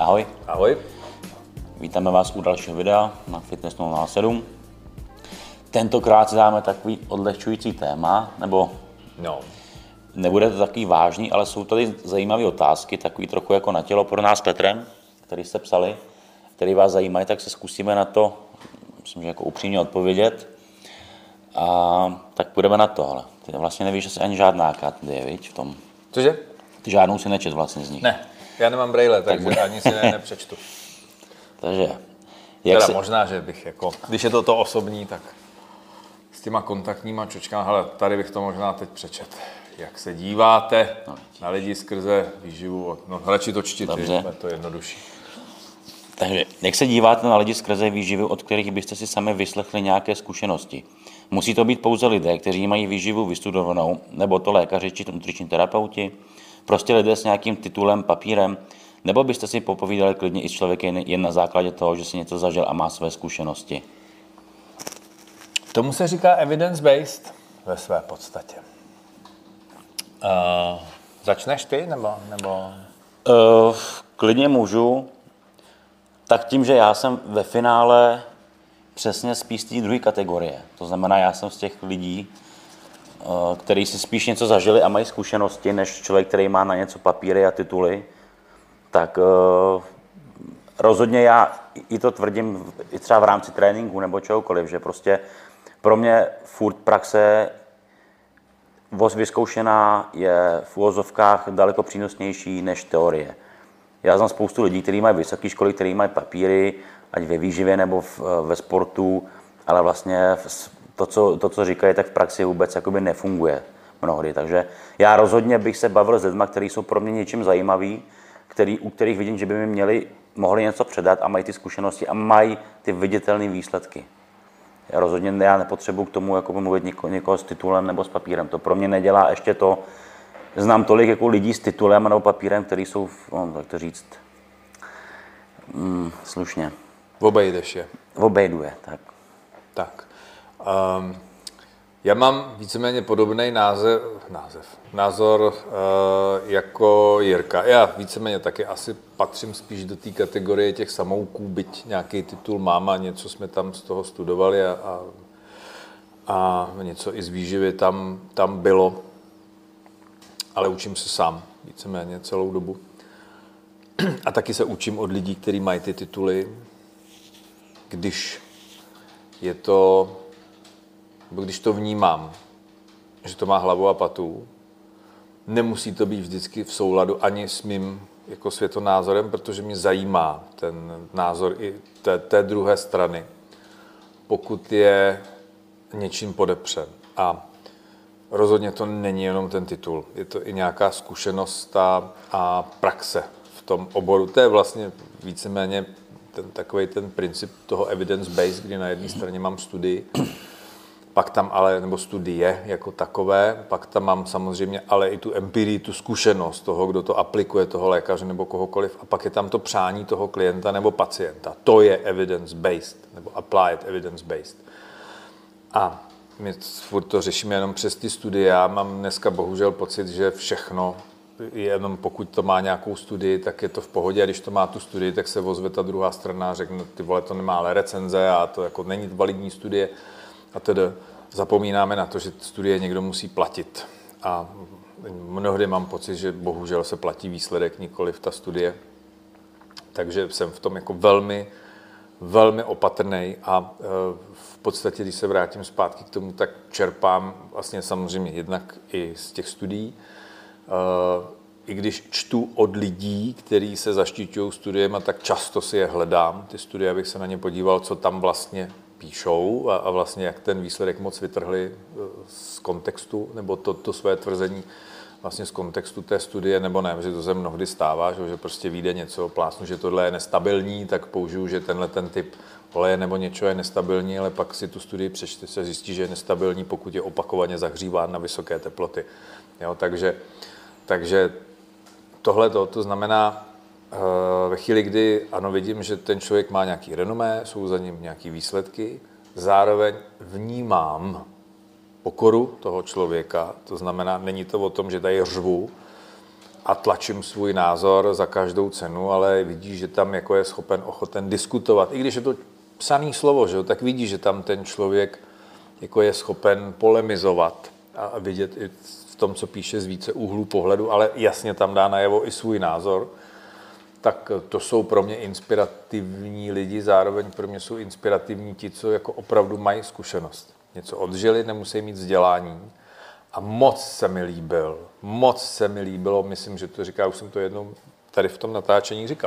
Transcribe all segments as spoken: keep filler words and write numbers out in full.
Ahoj. Ahoj. Vítáme vás u dalšího videa na Fitness nula nula sedm. Tentokrát si dáme takový odlehčující téma, nebo no. Nebude to takový vážný, ale jsou tady zajímavé otázky, takový trochu jako na tělo pro nás s Petrem, který jste psali, který vás zajímají, tak se zkusíme na to, myslím, že jako upřímně odpovědět. A tak půjdeme na to, ale ty vlastně nevíš, že se ani žádná karty je, viď, v tom. Cože? Ty žádnou si nečet vlastně z nich. Ne, já nemám brejle, takže tak ani si ne, nepřečtu. Takže, jak teda se... možná, že bych jako, když je to to osobní, tak s těma kontaktníma čočkama, hele, tady bych to možná teď přečet. Jak se díváte no, na lidi skrze výživu, no radši to čti, je to jednodušší. Takže, jak se díváte na lidi skrze výživy, od kterých byste si sami vyslechli nějaké zkušenosti? Musí to být pouze lidé, kteří mají výživu vystudovanou, nebo to lékaři či nutriční terapeuti, prostě lidé s nějakým titulem, papírem, nebo byste si popovídali klidně i s člověkem jen na základě toho, že si něco zažil a má své zkušenosti? Tomu se říká evidence-based ve své podstatě. Uh, začneš ty, nebo... nebo... Uh, klidně můžu. Tak tím, že já jsem ve finále přesně spíš z té druhé kategorie. To znamená, já jsem z těch lidí, uh, kteří si spíš něco zažili a mají zkušenosti, než člověk, který má na něco papíry a tituly. Tak uh, rozhodně já i to tvrdím i třeba v rámci tréninku nebo čehokoliv, že prostě pro mě furt praxe voz vyzkoušená je v uvozovkách daleko přínosnější než teorie. Já znám spoustu lidí, kteří mají vysoké školy, kteří mají papíry, ať ve výživě nebo v, ve sportu, ale vlastně to co, to, co říkají, tak v praxi vůbec jakoby nefunguje mnohdy. Takže já rozhodně bych se bavil s lidmi, kteří jsou pro mě něčím zajímaví, který, u kterých vidím, že by mi měli, mohli něco předat a mají ty zkušenosti a mají ty viditelné výsledky. Já rozhodně já nepotřebuji k tomu jako mluvit něko, někoho s titulem nebo s papírem. To pro mě nedělá ještě to, znám tolik jako lidí s titulem nebo papírem, kteří jsou, no, tak to říct, mm, slušně. Obejdeš je. Obejdu je, tak. Tak. Um, já mám víceméně podobný název, název, názor uh, jako Jirka. Já víceméně taky asi patřím spíš do té kategorie těch samouků, byť nějaký titul mám a něco jsme tam z toho studovali a, a, a něco i z výživy tam, tam bylo. Ale učím se sám víceméně celou dobu. A taky se učím od lidí, kteří mají ty tituly, když je to, nebo když to vnímám, že to má hlavu a patu, nemusí to být vždycky v souladu ani s mým jako světonázorem, protože mě zajímá ten názor i té, té druhé strany, pokud je něčím podepřen. A rozhodně to není jenom ten titul, je to i nějaká zkušenost a, a praxe v tom oboru. To je vlastně víceméně ten, takový ten princip toho evidence-based, kdy na jedné straně mám studii, pak tam ale, nebo studie jako takové, pak tam mám samozřejmě ale i tu empirii, tu zkušenost toho, kdo to aplikuje, toho lékaře nebo kohokoliv, a pak je tam to přání toho klienta nebo pacienta. To je evidence-based, nebo applied evidence-based. A my furt to řešíme jenom přes ty studie. Já mám dneska bohužel pocit, že všechno, jenom pokud to má nějakou studii, tak je to v pohodě. A když to má tu studii, tak se ozve ta druhá strana a řekne, ty vole, to nemá ale recenze a to jako není validní studie. A tedy zapomínáme na to, že studie někdo musí platit. A mnohdy mám pocit, že bohužel se platí výsledek, nikoliv ta studie. Takže jsem v tom jako velmi velmi opatrnej a v podstatě, když se vrátím zpátky k tomu, tak čerpám vlastně samozřejmě jednak i z těch studií. I když čtu od lidí, kteří se zaštiťují studiemi, tak často si je hledám, ty studie, abych se na ně podíval, co tam vlastně píšou a vlastně jak ten výsledek moc vytrhli z kontextu, nebo to, to své tvrzení vlastně z kontextu té studie, nebo ne, že to se mnohdy stává, že prostě vyjde něco, plásnu, že tohle je nestabilní, tak použiju, že tenhle ten typ oleje nebo něčeho je nestabilní, ale pak si tu studii přečte, se zjistí, že je nestabilní, pokud je opakovaně zahříván na vysoké teploty. Jo, takže, takže tohle to znamená, ve chvíli, kdy ano, vidím, že ten člověk má nějaký renomé, jsou za ním nějaké výsledky, zároveň vnímám pokoru toho člověka, to znamená, není to o tom, že tady řvu a tlačím svůj názor za každou cenu, ale vidíš, že tam jako je schopen, ochoten diskutovat. I když je to psaný slovo, že jo, tak vidíš, že tam ten člověk jako je schopen polemizovat a vidět i v tom, co píše z více úhlů pohledu, ale jasně tam dá najevo i svůj názor. Tak to jsou pro mě inspirativní lidi, zároveň pro mě jsou inspirativní ti, co jako opravdu mají zkušenost. Něco odžili, nemusí mít vzdělání. A moc se mi líbil, moc se mi líbilo, myslím, že to říká, už jsem to jednou tady v tom natáčení říkal.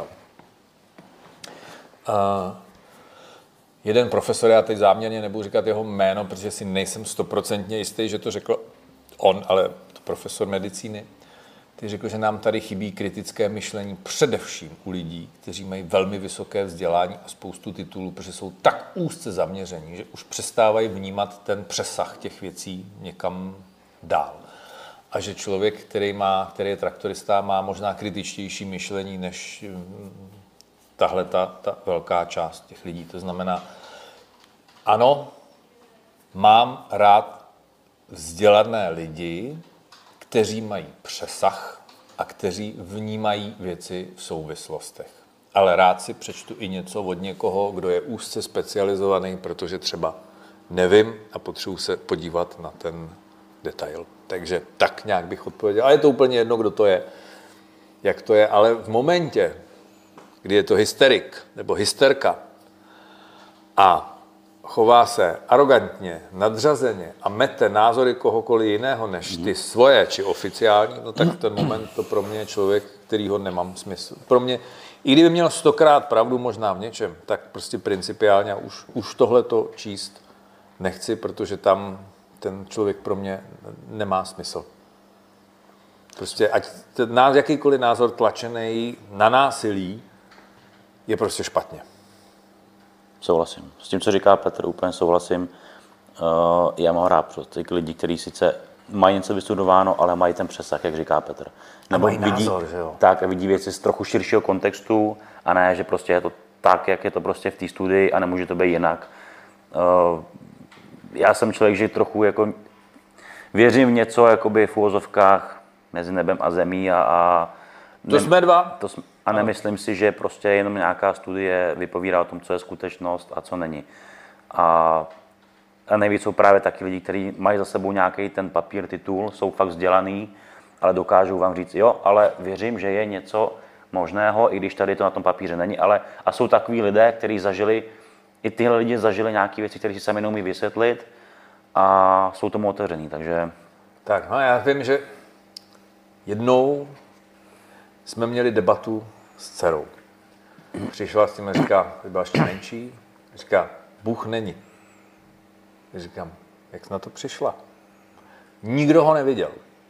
Uh, jeden profesor, já teď záměrně nebudu říkat jeho jméno, protože si nejsem stoprocentně jistý, že to řekl on, ale to profesor medicíny, ty řekl, že nám tady chybí kritické myšlení především u lidí, kteří mají velmi vysoké vzdělání a spoustu titulů, protože jsou tak úzce zaměření, že už přestávají vnímat ten přesah těch věcí někam dál. A že člověk, který, má, který je traktorista, má možná kritičtější myšlení než tahle ta, ta velká část těch lidí. To znamená, ano, mám rád vzdělané lidi, kteří mají přesah a kteří vnímají věci v souvislostech. Ale rád si přečtu i něco od někoho, kdo je úzce specializovaný, protože třeba nevím a potřebuji se podívat na ten detail. Takže tak nějak bych odpověděl. A je to úplně jedno, kdo to je, jak to je, ale v momentě, kdy je to hysterik nebo hysterka a chová se arrogantně, nadřazeně a mete názory kohokoliv jiného než ty svoje, či oficiální, no tak v ten moment to pro mě je člověk, kterýho nemám smysl. Pro mě, i kdyby měl stokrát pravdu možná v něčem, tak prostě principiálně už, už tohleto číst nechci, protože tam ten člověk pro mě nemá smysl. Prostě ať ten, jakýkoliv názor tlačený na násilí je prostě špatně. Souhlasím. S tím, co říká Petr, úplně souhlasím. Uh, já mám rád prostě lidi, kteří sice mají něco vystudováno, ale mají ten přesah, jak říká Petr. Nebo mají vidí, názor, že jo? Tak, vidí věci z trochu širšího kontextu a ne, že prostě je to tak, jak je to prostě v té studii a nemůže to být jinak. Uh, já jsem člověk, že trochu jako věřím v něco jakoby v uvozovkách mezi nebem a zemí a, a to jsme dva. To jsme, a nemyslím si, že prostě jenom nějaká studie vypovídá o tom, co je skutečnost a co není. A, a nejvíc jsou právě taky lidi, kteří mají za sebou nějaký ten papír, titul, jsou fakt vzdělaný, ale dokážou vám říct, jo, ale věřím, že je něco možného, i když tady to na tom papíře není, ale a jsou takový lidé, kteří zažili, i tyhle lidi zažili nějaké věci, které si sami neumí vysvětlit a jsou tomu otevřený, takže... Tak, no já vím, že jednou jsme měli debatu s dcerou. Přišla s tím a říká, byla ještě menší, říká, Bůh není. Říkám, jak jsi na to přišla? Nikdo ho neviděl.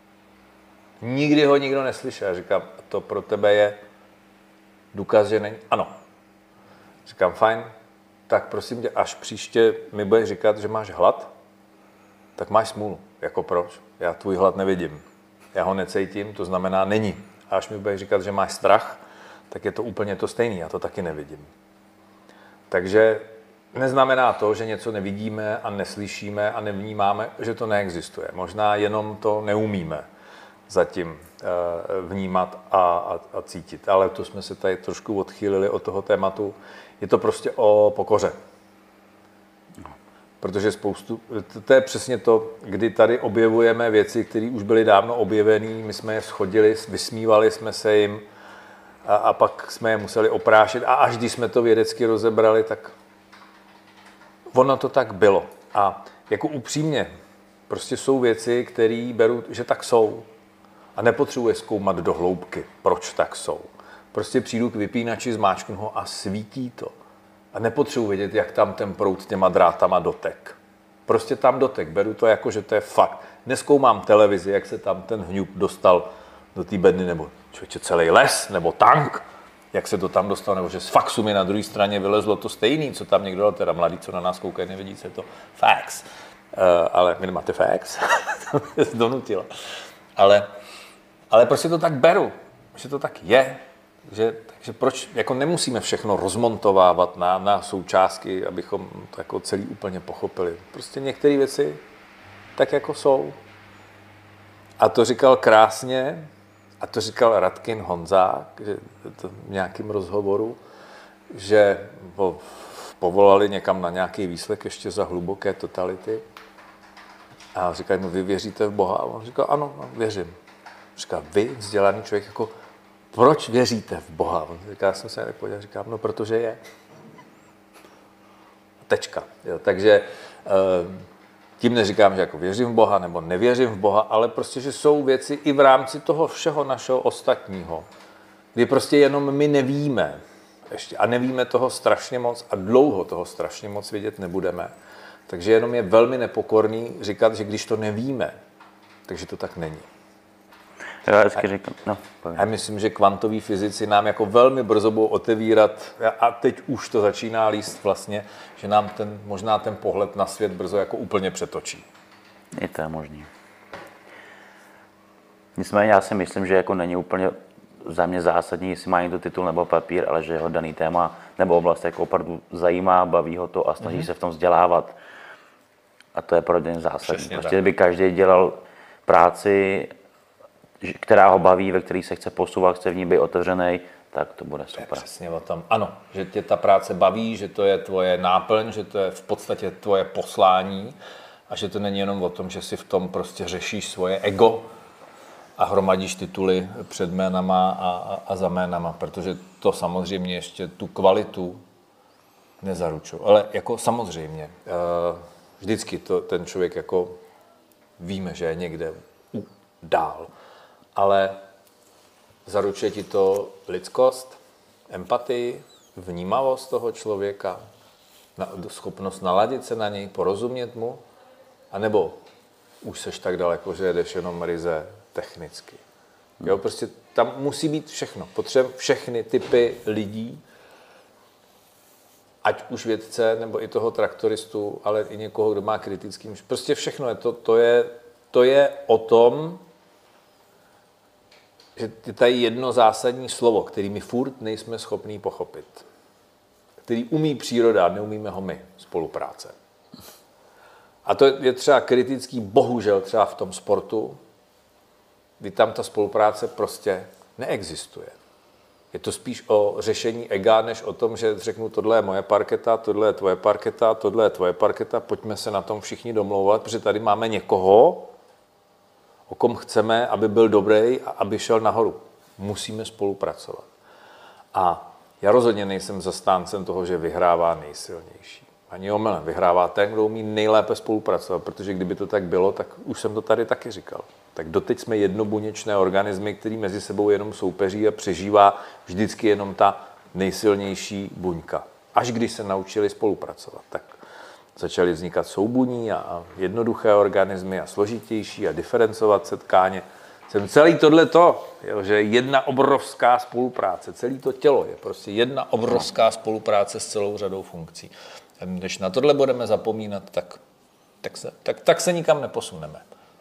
Nikdy ho nikdo neslyšel. Říkám, to pro tebe je důkaz, že není? Ano. Říkám, fajn, tak prosím tě, až příště mi budeš říkat, že máš hlad, tak máš smůlu. Jako proč? Já tvůj hlad nevidím. Já ho necítím, to znamená není. A až mi budeš říkat, že máš strach, tak je to úplně to stejný, já to taky nevidím. Takže neznamená to, že něco nevidíme a neslyšíme a nevnímáme, že to neexistuje. Možná jenom to neumíme zatím vnímat a, a, a cítit. Ale to jsme se tady trošku odchýlili od toho tématu. Je to prostě o pokoře. Protože spoustu, to je přesně to, kdy tady objevujeme věci, které už byly dávno objevené, my jsme je schodili, vysmívali jsme se jim a, a pak jsme je museli oprášit a až když jsme to vědecky rozebrali, tak ono to tak bylo. A jako upřímně, prostě jsou věci, které beru, že tak jsou a nepotřebuje zkoumat do hloubky, proč tak jsou. Prostě přijdu k vypínači, zmáčknu ho a svítí to. A nepotřebuji vědět, jak tam ten proud těma drátama dotek. Prostě tam dotek. Beru to jako, že to je fakt. Nezkoumám televizi, jak se tam ten hňub dostal do té bedny, nebo člověče, celý les, nebo tank, jak se to tam dostal, nebo že z faxu mi na druhé straně vylezlo to stejný, co tam někdo dal, teda mladý, co na nás koukají, nevidí, co je to fax. Uh, ale vy nemáte fax? To mě donutilo. Ale, ale prostě to tak beru, že to tak je. Že, takže proč, jako nemusíme všechno rozmontovávat na, na součástky, abychom to jako celý úplně pochopili. Prostě některé věci tak jako jsou. A to říkal krásně a to říkal Radkin Honzák, že to v nějakém rozhovoru, že ho povolali někam na nějaký výslech ještě za hluboké totality. A říkají, no vy věříte v Boha? A on říkal, ano, no, věřím. Říká, vy, vzdělaný člověk, jako, proč věříte v Boha? On říká, já jsem se nepodíval, říkám, no protože je. Tečka. Jo, takže tím neříkám, že jako věřím v Boha nebo nevěřím v Boha, ale prostě, že jsou věci i v rámci toho všeho našeho ostatního, kdy prostě jenom my nevíme ještě a nevíme toho strašně moc a dlouho toho strašně moc vědět nebudeme. Takže jenom je velmi nepokorný říkat, že když to nevíme, takže to tak není. Já vždycky říkám, no, já myslím, že kvantoví fyzici nám jako velmi brzo budou otevírat, a teď už to začíná líst vlastně, že nám ten, možná ten pohled na svět brzo jako úplně přetočí. Je to možný. Nicméně já si myslím, že jako není úplně za mě zásadní, jestli má někdo titul nebo papír, ale že jeho daný téma nebo oblast jako opravdu zajímá, baví ho to a snaží mm-hmm. se v tom vzdělávat. A to je pro něj zásadní. Přesně prostě tak. kdyby každý dělal práci, která ho baví, ve který se chce posouvat, chce v ní být otevřený, tak to bude super. To je přesně o tom. Ano, že tě ta práce baví, že to je tvoje náplň, že to je v podstatě tvoje poslání a že to není jenom o tom, že si v tom prostě řešíš svoje ego a hromadíš tituly před jménama a, a, a za jménama, protože to samozřejmě ještě tu kvalitu nezaručuje. Ale jako samozřejmě, vždycky to, ten člověk jako víme, že je někde dál, ale zaručuje ti to lidskost, empatii, vnímavost toho člověka, schopnost naladit se na něj, porozumět mu, anebo už seš tak daleko, že jedeš jenom ryze technicky. Jo, prostě tam musí být všechno. Potřebujeme všechny typy lidí, ať už vědce, nebo i toho traktoristu, ale i někoho, kdo má kritický myšlení. Prostě všechno je to, to je, to je o tom, že je tady jedno zásadní slovo, který my furt nejsme schopní pochopit. Který umí příroda, neumíme ho my, spolupráce. A to je třeba kritický, bohužel třeba v tom sportu, kdy tam ta spolupráce prostě neexistuje. Je to spíš o řešení ega, než o tom, že řeknu, tohle je moje parketa, tohle je tvoje parketa, tohle je tvoje parketa, pojďme se na tom všichni domlouvat, protože tady máme někoho, o kom chceme, aby byl dobrý a aby šel nahoru. Musíme spolupracovat. A já rozhodně nejsem zastáncem toho, že vyhrává nejsilnější. Ani omylem. Vyhrává ten, kdo umí nejlépe spolupracovat, protože kdyby to tak bylo, tak už jsem to tady taky říkal. Tak doteď jsme jednobuněčné organismy, který mezi sebou jenom soupeří a přežívá vždycky jenom ta nejsilnější buňka. Až když se naučili spolupracovat, tak začaly vznikat soubuní a jednoduché organismy a složitější a diferencovat se tkáně. Jsem celý tohleto, jo, že jedna obrovská spolupráce, celé to tělo je prostě jedna obrovská spolupráce s celou řadou funkcí. A když na tohle budeme zapomínat, tak, tak, se, tak, tak se nikam neposuneme.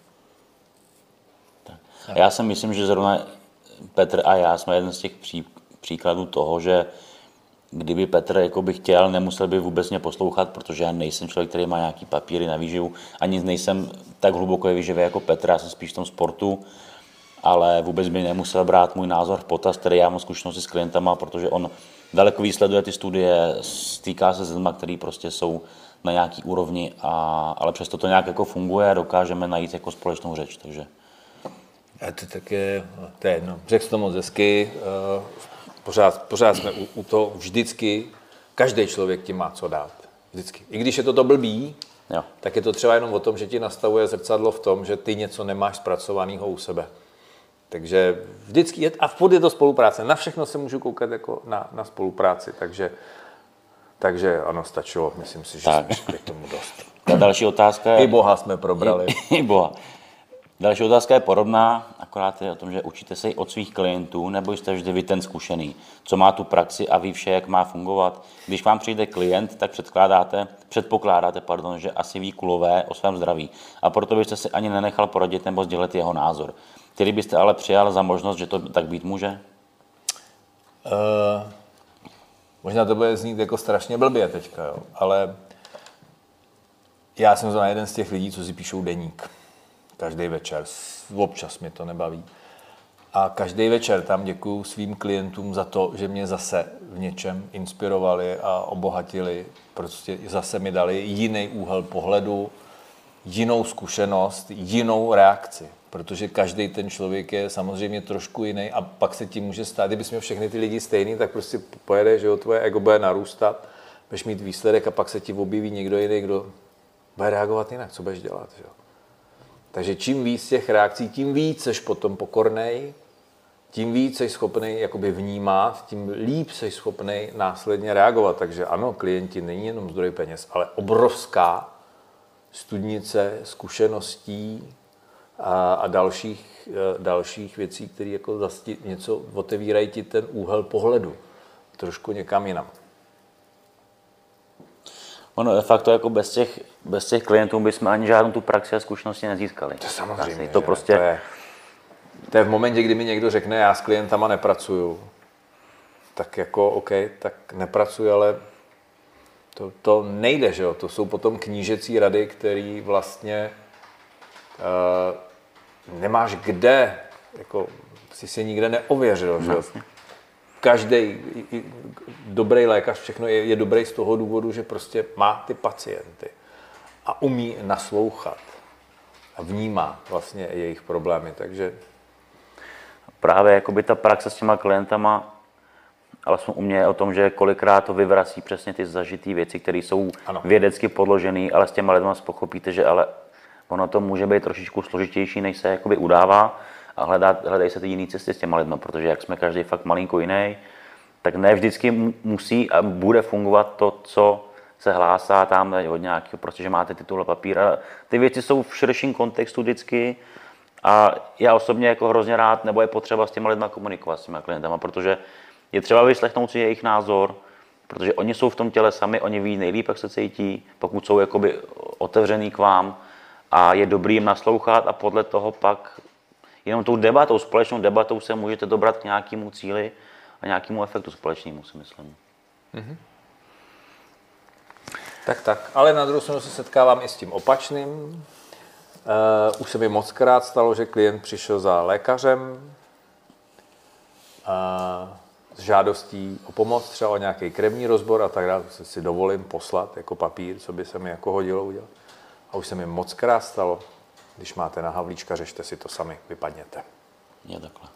Tak. Já si myslím, že zrovna Petr a já jsme jeden z těch pří, příkladů toho, že kdyby Petr jako by chtěl, nemusel by vůbec mě poslouchat, protože já nejsem člověk, který má nějaký papíry na výživu, ani nejsem tak hluboko výživý jako Petr, já jsem spíš v tom sportu, ale vůbec by nemusel brát můj názor v potaz, který já mám zkušenosti s klientama, protože on daleko víc sleduje ty studie, stýká se s lidmi, který prostě jsou na nějaký úrovni, a, ale přesto to nějak jako funguje a dokážeme najít jako společnou řeč, takže. A to tak je, to je jedno. Řekl jsi to moc hezky, pořád, pořád jsme u, u toho vždycky, každý člověk ti má co dát, vždycky. I když je to to blbý, jo. Tak je to třeba jenom o tom, že ti nastavuje zrcadlo v tom, že ty něco nemáš zpracovaného u sebe. Takže vždycky je, a vpod je to spolupráce. Na všechno se můžu koukat jako na, na spolupráci, takže, takže ano, stačilo. Myslím si, že tak. Jsme řekli k tomu dost. Ta další otázka je... I Boha jsme probrali. I, i Boha. Další otázka je podobná, akorát je o tom, že učíte se i od svých klientů, nebo jste vždy vy ten zkušený, co má tu praxi a ví vše, jak má fungovat. Když vám přijde klient, tak předkládáte, předpokládáte, pardon, že asi ví kulové o svém zdraví. A proto byste si ani nenechal poradit nebo sdělit jeho názor. Který byste ale přijal za možnost, že to tak být může? Uh, možná to bude znít jako strašně blbě teďka, jo. Ale já jsem zrovna jeden z těch lidí, co si píšou deník. Každý večer. Občas mě to nebaví. A každý večer tam děkuju svým klientům za to, že mě zase v něčem inspirovali a obohatili. Prostě zase mi dali jiný úhel pohledu, jinou zkušenost, jinou reakci. Protože každý ten člověk je samozřejmě trošku jiný a pak se ti může stát, kdybys měl všechny ty lidi stejný, tak prostě pojede, že jo, tvoje ego bude narůstat, budeš mít výsledek a pak se ti objeví někdo jiný, kdo bude reagovat jinak, co budeš dělat, že jo. Takže čím víc těch reakcí, tím víc seš potom pokornej, tím víc jsi schopný jakoby vnímat, tím líp jsi schopný následně reagovat. Takže ano, klienti není jenom zdroj peněz, ale obrovská studnice zkušeností a, a dalších, dalších věcí, které jako zase něco otevírají ti ten úhel pohledu trošku někam jinam. Ono de facto jako bez těch, bez těch klientů bychom ani žádnou tu praxi a zkušenosti nezískali. To samozřejmě. To prostě... To je, to je v momentě, kdy mi někdo řekne, já s klientama nepracuju, tak jako OK, tak nepracuji, ale to, to nejde, že jo? To jsou potom knížecí rady, který vlastně uh, nemáš kde, jako si si nikde neověřil, že jo? Každý dobrý lékař, všechno je, je dobrý z toho důvodu, že prostě má ty pacienty a umí naslouchat a vnímá vlastně jejich problémy, takže právě jakoby ta praxe s těma klientama, ale u mě je o tom, že kolikrát to vyvrací přesně ty zažitý věci, které jsou ano. vědecky podložené, ale s těma lidma pochopíte, že ale ono to může být trošičku složitější, než se jakoby udává a hledat, hledají se ty jiné cesty s těma lidma, protože jak jsme každý fakt malinko jiný, tak ne vždycky musí a bude fungovat to, co se hlásá tam od nějakého, prostě, že máte titul a papír. A ty věci jsou v širším kontextu vždycky. A já osobně jako hrozně rád, nebo je potřeba s těma lidma komunikovat, s těma klientama, protože je třeba vyslechnout si jejich názor, protože oni jsou v tom těle sami, oni ví nejlíp, jak se cítí, pokud jsou jakoby otevřený k vám a je dobrý jim naslouchat a podle toho pak jenom tou debatou, společnou debatou se můžete dobrat k nějakému cíli a nějakému efektu společnému, si myslím. Mm-hmm. Tak, tak. Ale na druhou stranu se setkávám i s tím opačným. Uh, už se mi mockrát stalo, že klient přišel za lékařem uh, s žádostí o pomoc, třeba o nějaký krevní rozbor a tak dále, si dovolím poslat jako papír, co by se mi jako hodilo udělat. A už se mi mockrát stalo, když máte na Havlíčka, řešte si to sami, vypadněte. Je takhle.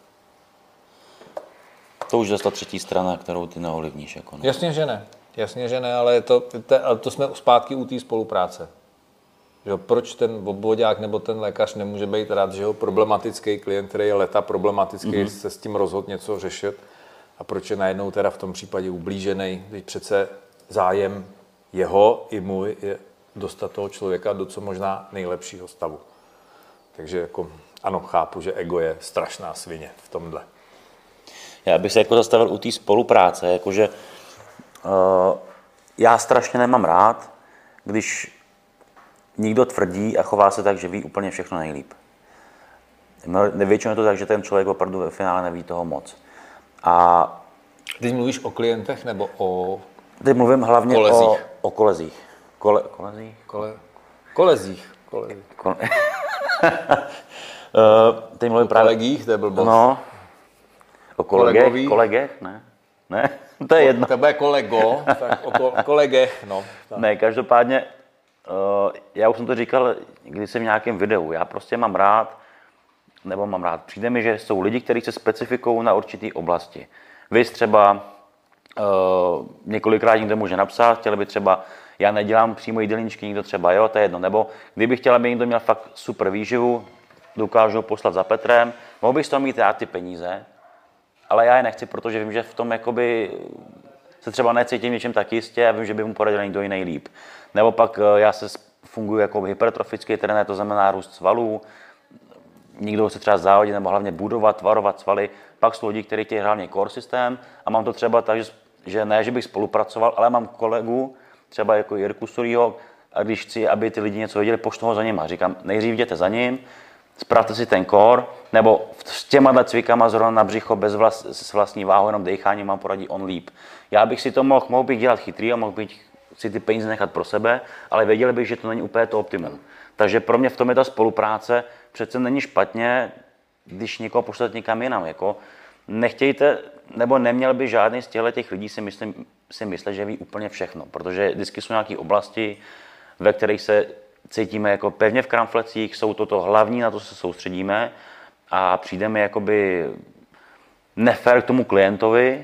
To už je ta třetí strana, kterou ty neovlivníš. Jako ne. Jasně, že ne. Jasně, že ne, ale to, to, to jsme zpátky u té spolupráce. Že proč ten obvodák nebo ten lékař nemůže být rád, že ho problematický klient, který je leta problematický, mm-hmm. se s tím rozhod něco řešit a proč je najednou teda v tom případě ublížený, když přece zájem jeho i můj je dostat toho člověka do co možná nejlepšího stavu. Takže jako ano, chápu, že ego je strašná svině v tomhle. Já bych se jako zastavil u té spolupráce, jakože uh, já strašně nemám rád, když někdo tvrdí a chová se tak, že ví úplně všechno nejlíp. Většinou je to tak, že ten člověk opravdu ve finále neví toho moc. A teď mluvíš o klientech nebo o teď mluvím hlavně kolezích. o, o kolezích. Kole, kolezích? Kole, kolezích. kolezích. Kole... teď mluvím o právě... kolegích, to je blbost. No, o kolegech, kolegech, ne? Ne, to je jedno. To bude kolego, tak o kolegech, no. Tak. Ne, každopádně, uh, já už jsem to říkal, když jsem v nějakém videu, já prostě mám rád, nebo mám rád, přijde mi, že jsou lidi, kteří se specifikují na určitý oblasti. Vy třeba uh, několikrát někdo může napsat, chtěli by třeba, já nedělám přímo jídelníčky, někdo třeba, jo, to je jedno, nebo kdyby chtěl, aby někdo měl fakt super výživu, dokážu poslat za Petrem, mohl bych z toho mít rád ty peníze, ale já je nechci, protože vím, že v tom jakoby se třeba necítím něčem tak jistě a vím, že by mu poradil někdo jiný líp. Nebo pak já se funguji jako hypertrofický trenér, to znamená růst svalů, někdo se třeba závodit nebo hlavně budovat, tvarovat svaly, pak jsou lidi, kteří chtějí hlavně core systém a mám to třeba tak, že ne, že bych spolupracoval, ale mám kolegu, třeba jako Jirku Surýho, a když chci, aby ty lidi něco věděli, pošlu ho za nima. Říkám, nejdřív jděte za ním, spravte si ten core, nebo s těma cvikama zrovna na břicho bez vlast, s vlastní váhou, jenom dechání mám poradí on líp. Já bych si to mohl, mohl bych dělat chytrý a mohl bych si ty peníze nechat pro sebe, ale věděl bych, že to není úplně to optimum. Takže pro mě v tom je ta spolupráce, přece není špatně, když někoho pošlete někam jinam. Jako, nechtějte, nebo neměl by žádný z těchto těch lidí si, myslím, si myslet, že ví úplně všechno, protože vždycky jsou nějaké oblasti, ve kterých se cítíme jako pevně v kramflecích, jsou to to hlavní, na to se soustředíme a přijdeme jakoby nefér k tomu klientovi,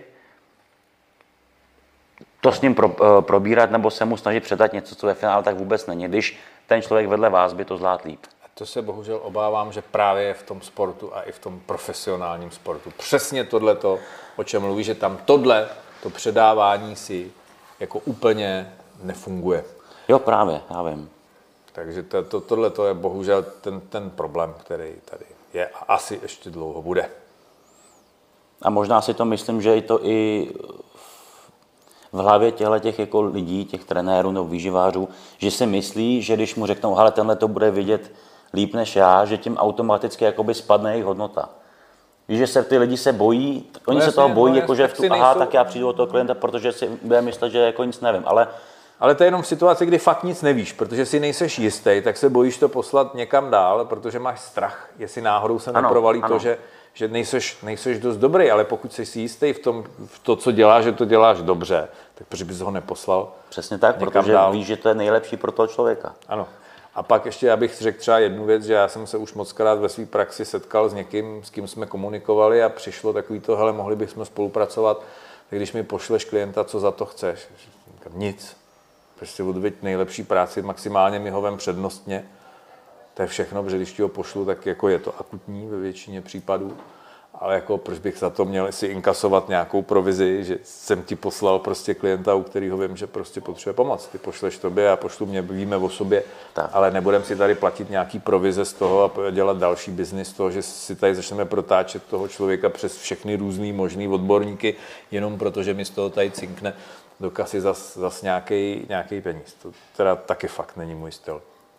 to s ním pro, probírat nebo se mu snažit předat něco, co ve finále tak vůbec není, když ten člověk vedle vás by to zvládl líp. A to se bohužel obávám, že právě v tom sportu a i v tom profesionálním sportu. Přesně tohleto, o čem mluví, že tam tohle, to předávání si jako úplně nefunguje. Jo, právě, já vím. Takže to, to, tohle to je bohužel ten, ten problém, který tady je a asi ještě dlouho bude. A možná si to myslím, že je to i v hlavě těchto těch jako lidí, těch trenérů nebo výživářů, že si myslí, že když mu řeknou, hele, tenhle to bude vidět líp než já, že tím automaticky jakoby spadne jejich hodnota. Víš, že se ty lidi se bojí, oni no se jasně, toho bojí, no jako že v tu, aha, nejsou... tak já přijdu od toho klienta, protože si bude myslet, že jako nic nevím, ale Ale to je jenom v situaci, kdy fakt nic nevíš, protože si nejseš jistý, tak se bojíš to poslat někam dál, protože máš strach, jestli náhodou se neprovalí ano, to, ano. že, že nejseš, nejseš dost dobrý, ale pokud jsi si jistý v tom, v to, co děláš, že to děláš dobře, tak proč bys ho neposlal? Přesně tak, protože dál. Víš, že to je nejlepší pro toho člověka. Ano. A pak ještě, abych řekl třeba jednu věc, že já jsem se už mockrát ve své praxi setkal s někým, s kým jsme komunikovali a přišlo takový to, hele, mohli bychom spolupracovat, tak když mi pošleš klienta, co za to chceš? Nic. Prostě odveď nejlepší práci, maximálně mi ho vem přednostně. To je všechno, protože když ti ho pošlu, tak jako je to akutní ve většině případů. Ale jako proč bych za to měl si inkasovat nějakou provizi, že jsem ti poslal prostě klienta, u kterého vím, že prostě potřebuje pomoc. Ty pošleš tobě a pošlu mě, víme o sobě, tak. Ale nebudem si tady platit nějaký provize z toho a dělat další biznis z toho, že si tady začneme protáčet toho člověka přes všechny různý možný odborníky, jenom protože mi z toho tady cinkne do kasy zas, zas nějaký, nějaký peníz. To teda taky fakt není můj styl.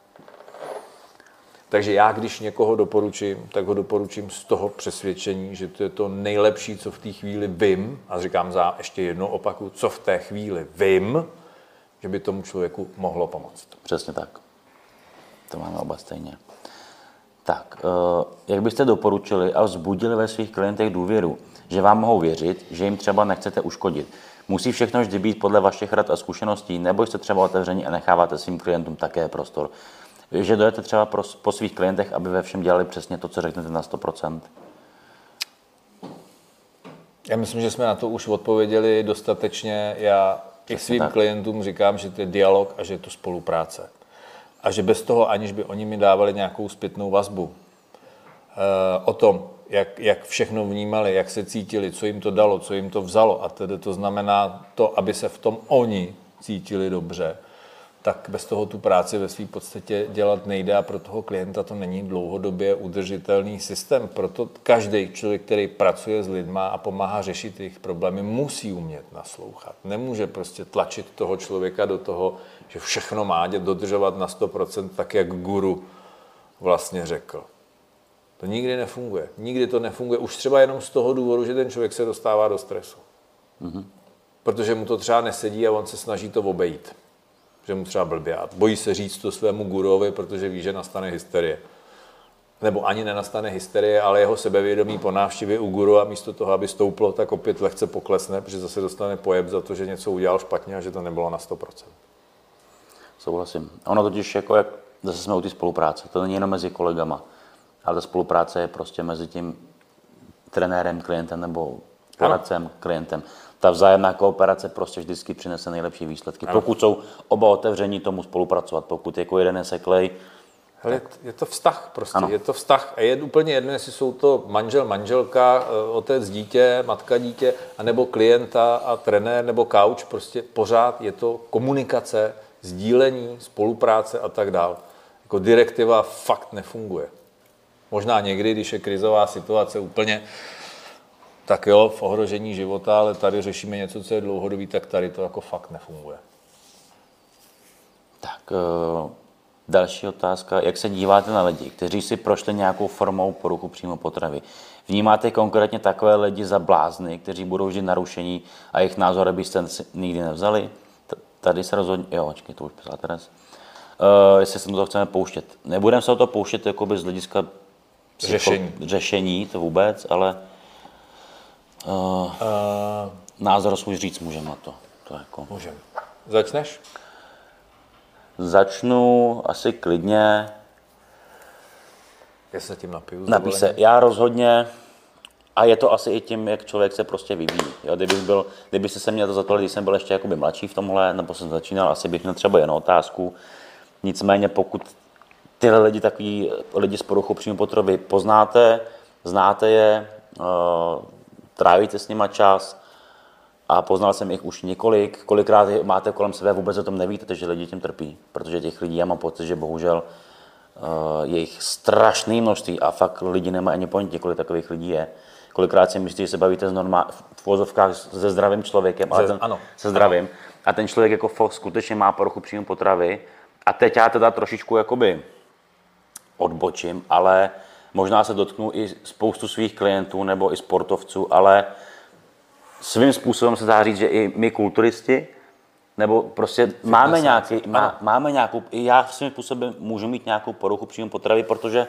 Takže já, když někoho doporučím, tak ho doporučím z toho přesvědčení, že to je to nejlepší, co v té chvíli vím, a říkám za ještě jednou opaku, co v té chvíli vím, že by tomu člověku mohlo pomoct. Přesně tak. To máme oba stejně. Tak, jak byste doporučili a vzbudili ve svých klientech důvěru, že vám mohou věřit, že jim třeba nechcete uškodit? Musí všechno vždy být podle vašich rad a zkušeností, nebo jste třeba otevření a necháváte svým klientům také prostor? Že dojete třeba pro, po svých klientech, aby ve všem dělali přesně to, co řeknete na sto procent? Já myslím, že jsme na to už odpověděli dostatečně. Já i svým tak. klientům říkám, že to je dialog a že je to spolupráce. A že bez toho, aniž by oni mi dávali nějakou zpětnou vazbu e, o tom, jak, jak všechno vnímali, jak se cítili, co jim to dalo, co jim to vzalo. A tedy to znamená to, aby se v tom oni cítili dobře, tak bez toho tu práci ve své podstatě dělat nejde a pro toho klienta to není dlouhodobě udržitelný systém. Proto každý člověk, který pracuje s lidma a pomáhá řešit jejich problémy, musí umět naslouchat. Nemůže prostě tlačit toho člověka do toho, že všechno má dodržovat na sto procent, tak jak guru vlastně řekl. To nikdy nefunguje. Nikdy to nefunguje. Už třeba jenom z toho důvodu, že ten člověk se dostává do stresu. Mm-hmm. Protože mu to třeba nesedí a on se snaží to obejít. Že mu třeba blbě a bojí se říct to svému gurovi, protože ví, že nastane hysterie. Nebo ani nenastane hysterie, ale jeho sebevědomí po návštěvě u guru a místo toho, aby stouplo, tak opět lehce poklesne, protože zase dostane pojeb za to, že něco udělal špatně a že to nebylo na sto procent. Souhlasím. Ono totiž jako, jak zase jsme u té spolupráce, to není jenom mezi kolegama, ale ta spolupráce je prostě mezi tím trenérem, klientem nebo poradcem, klientem. Ta vzájemná kooperace prostě vždycky přinese nejlepší výsledky. Ano. Pokud jsou oba otevření tomu spolupracovat, pokud jako jeden je seklej. Hele, tak... Je to vztah prostě, ano. Je to vztah a je úplně jedno, jestli jsou to manžel, manželka, otec, dítě, matka, dítě, anebo klienta a trenér, nebo couch, prostě pořád je to komunikace, sdílení, spolupráce a tak dál. Jako direktiva fakt nefunguje. Možná někdy, když je krizová situace úplně tak jo, v ohrožení života, ale tady řešíme něco, co je dlouhodobý, tak tady to jako fakt nefunguje. Tak, další otázka. Jak se díváte na lidi, kteří si prošli nějakou formou poruchu příjmu potravy? Vnímáte konkrétně takové lidi za blázny, kteří budou vždy narušení a jejich názory byste nikdy nevzali? Tady se rozhodně... Jo, očkej, to už psala Teres. Uh, jestli se do toho chceme pouštět. Nebudeme se o to pouštět jakoby z hlediska psycho- řešení. řešení, to vůbec, ale uh, uh, názor svůj říct můžeme na to. to jako. Můžeme. Začneš? Začnu asi klidně. Já se tím napiju. Napij se. Já rozhodně, a je to asi i tím, jak člověk se prostě vyvíjí. Jo, kdybych byl, kdyby se mě to zeptal, když jsem byl ještě jakoby mladší v tomhle, nebo jsem začínal, asi bych měl třeba jen otázku. Nicméně pokud tyhle lidi, takový lidi s poruchou příjmu potravy poznáte, znáte je, uh, trávíte s nima čas a poznal jsem jich už několik, kolikrát je máte kolem sebe, vůbec o tom nevíte, že lidi tím trpí, protože těch lidí, já mám pocit, že bohužel uh, je jich strašné množství a fakt lidi nemají ani ponětí, kolik takových lidí je. Kolikrát si myslíte, že se bavíte s normál, v uvozovkách se zdravým člověkem, ale ten, ano. se zdravým, ano. A ten člověk jako fakt skutečně má poruchu příjmu potravy. A teď já teda trošičku jakoby odbočím, ale možná se dotknu i spoustu svých klientů nebo i sportovců, ale svým způsobem se dá říct, že i my kulturisti, nebo prostě máme, nějaký, má, máme nějakou, i já svým způsobem můžu mít nějakou poruchu příjmu potravy, protože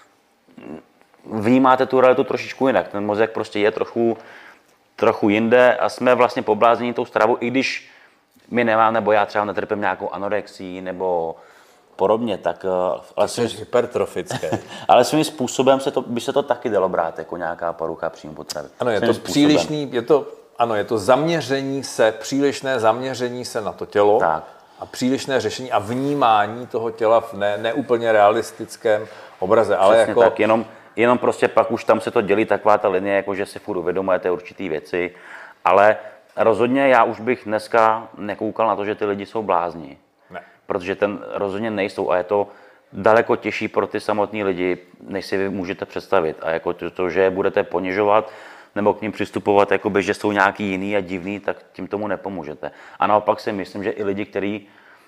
vnímáte tu realitu trošičku jinak. Ten mozek prostě je trochu, trochu jinde a jsme vlastně poblázněni tou stravou, i když my nemáme, nebo já třeba netrpím nějakou anorexii nebo podobně, tak... Ale jsi hypertrofické. Ale svým způsobem se to, by se to taky dalo brát jako nějaká porucha příjmu potravy. Ano, je svým to způsobem. přílišný, je to, ano, je to zaměření se, přílišné zaměření se na to tělo Tak. a přílišné řešení a vnímání toho těla v ne, neúplně realistickém obraze. Ale Přesně jako... tak, jenom, jenom prostě pak už tam se to dělí taková ta linie, jako že si furt uvědomujete určitý věci, ale rozhodně já už bych dneska nekoukal na to, že ty lidi jsou blázni. Ne. Protože ten rozhodně nejsou a je to daleko těžší pro ty samotní lidi, než si vy můžete představit. A jako to, to že je budete ponižovat nebo k ním přistupovat, jakoby, že jsou nějaký jiný a divný, tak tím tomu nepomůžete. A naopak si myslím, že i lidi, kteří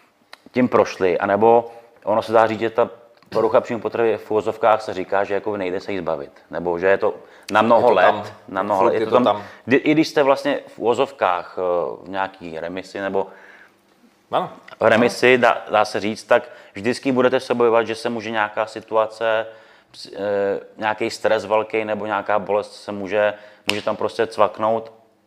tím prošli, anebo ono se dá říct, že ta porucha příjmu potravy v uvozovkách se říká, že jako nejde se jí zbavit. Nebo že je to na mnoho to let. Tam. Na mnoho let. Je je to to tam, tam. Kdy, i když jste vlastně v uvozovkách v nějaký remisi nebo Ano. v remisi, dá, dá se říct, tak vždycky budete se bojovat, že se může nějaká situace, e, nějaký stres velký nebo nějaká bolest se může, může tam prostě cvaknout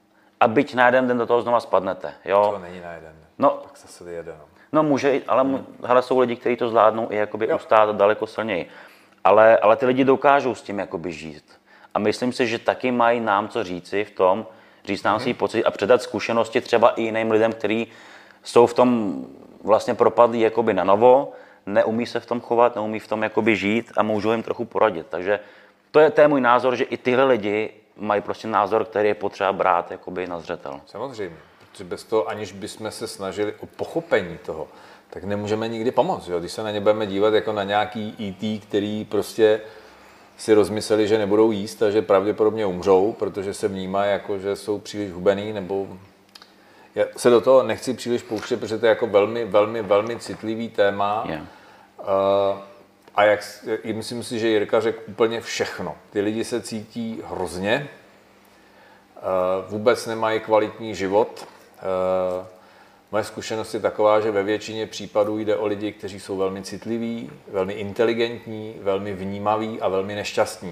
a byť na jeden den do toho znova spadnete. Jo? To není na jeden den. No, tak zase jede. No. no může, ale hmm. hele, jsou lidi, kteří to zvládnou i jakoby ustát daleko silněji. Ale, ale ty lidi dokážou s tím jakoby žít. A myslím si, že taky mají nám co říci v tom, říct nám hmm. svý pocit a předat zkušenosti třeba i jiným lidem, kteří jsou v tom vlastně propadlí jakoby na novo, neumí se v tom chovat, neumí v tom jakoby žít a můžou jim trochu poradit. Takže to je, to je můj názor, že i tyhle lidi mají prostě názor, který je potřeba brát jakoby na zřetel. Samozřejmě, protože bez toho, aniž bychom se snažili o pochopení toho, tak nemůžeme nikdy pomoct. Jo? Když se na ně budeme dívat jako na nějaký í té, který prostě si rozmysleli, že nebudou jíst a že pravděpodobně umřou, protože se vnímají jako, že jsou příliš hubený, nebo já se do toho nechci příliš pouštět, protože to je jako velmi, velmi, velmi citlivý téma. Yeah. Uh, a jak, myslím si, že Jirka řekl úplně všechno. Ty lidi se cítí hrozně, uh, vůbec nemají kvalitní život. Uh, moje zkušenost je taková, že ve většině případů jde o lidi, kteří jsou velmi citliví, velmi inteligentní, velmi vnímaví a velmi nešťastní.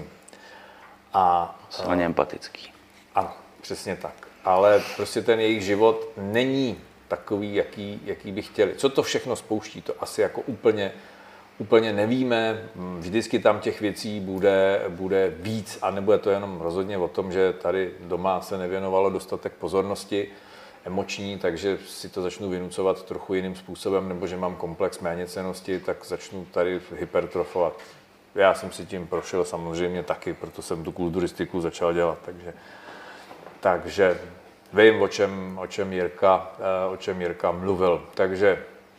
A Silně uh, empatický. Ano, přesně tak. Ale prostě ten jejich život není takový, jaký, jaký by chtěli. Co to všechno spouští, to asi jako úplně, úplně nevíme. Vždycky tam těch věcí bude, bude víc a nebude to jenom rozhodně o tom, že tady doma se nevěnovalo dostatek pozornosti emoční, takže si to začnu vynucovat trochu jiným způsobem, nebo že mám komplex méněcennosti, tak začnu tady hypertrofovat. Já jsem si tím prošel samozřejmě taky, proto jsem tu kulturistiku začal dělat, takže Takže vím, o čem, o čem Jirka, o čem Jirka mluvil. Takže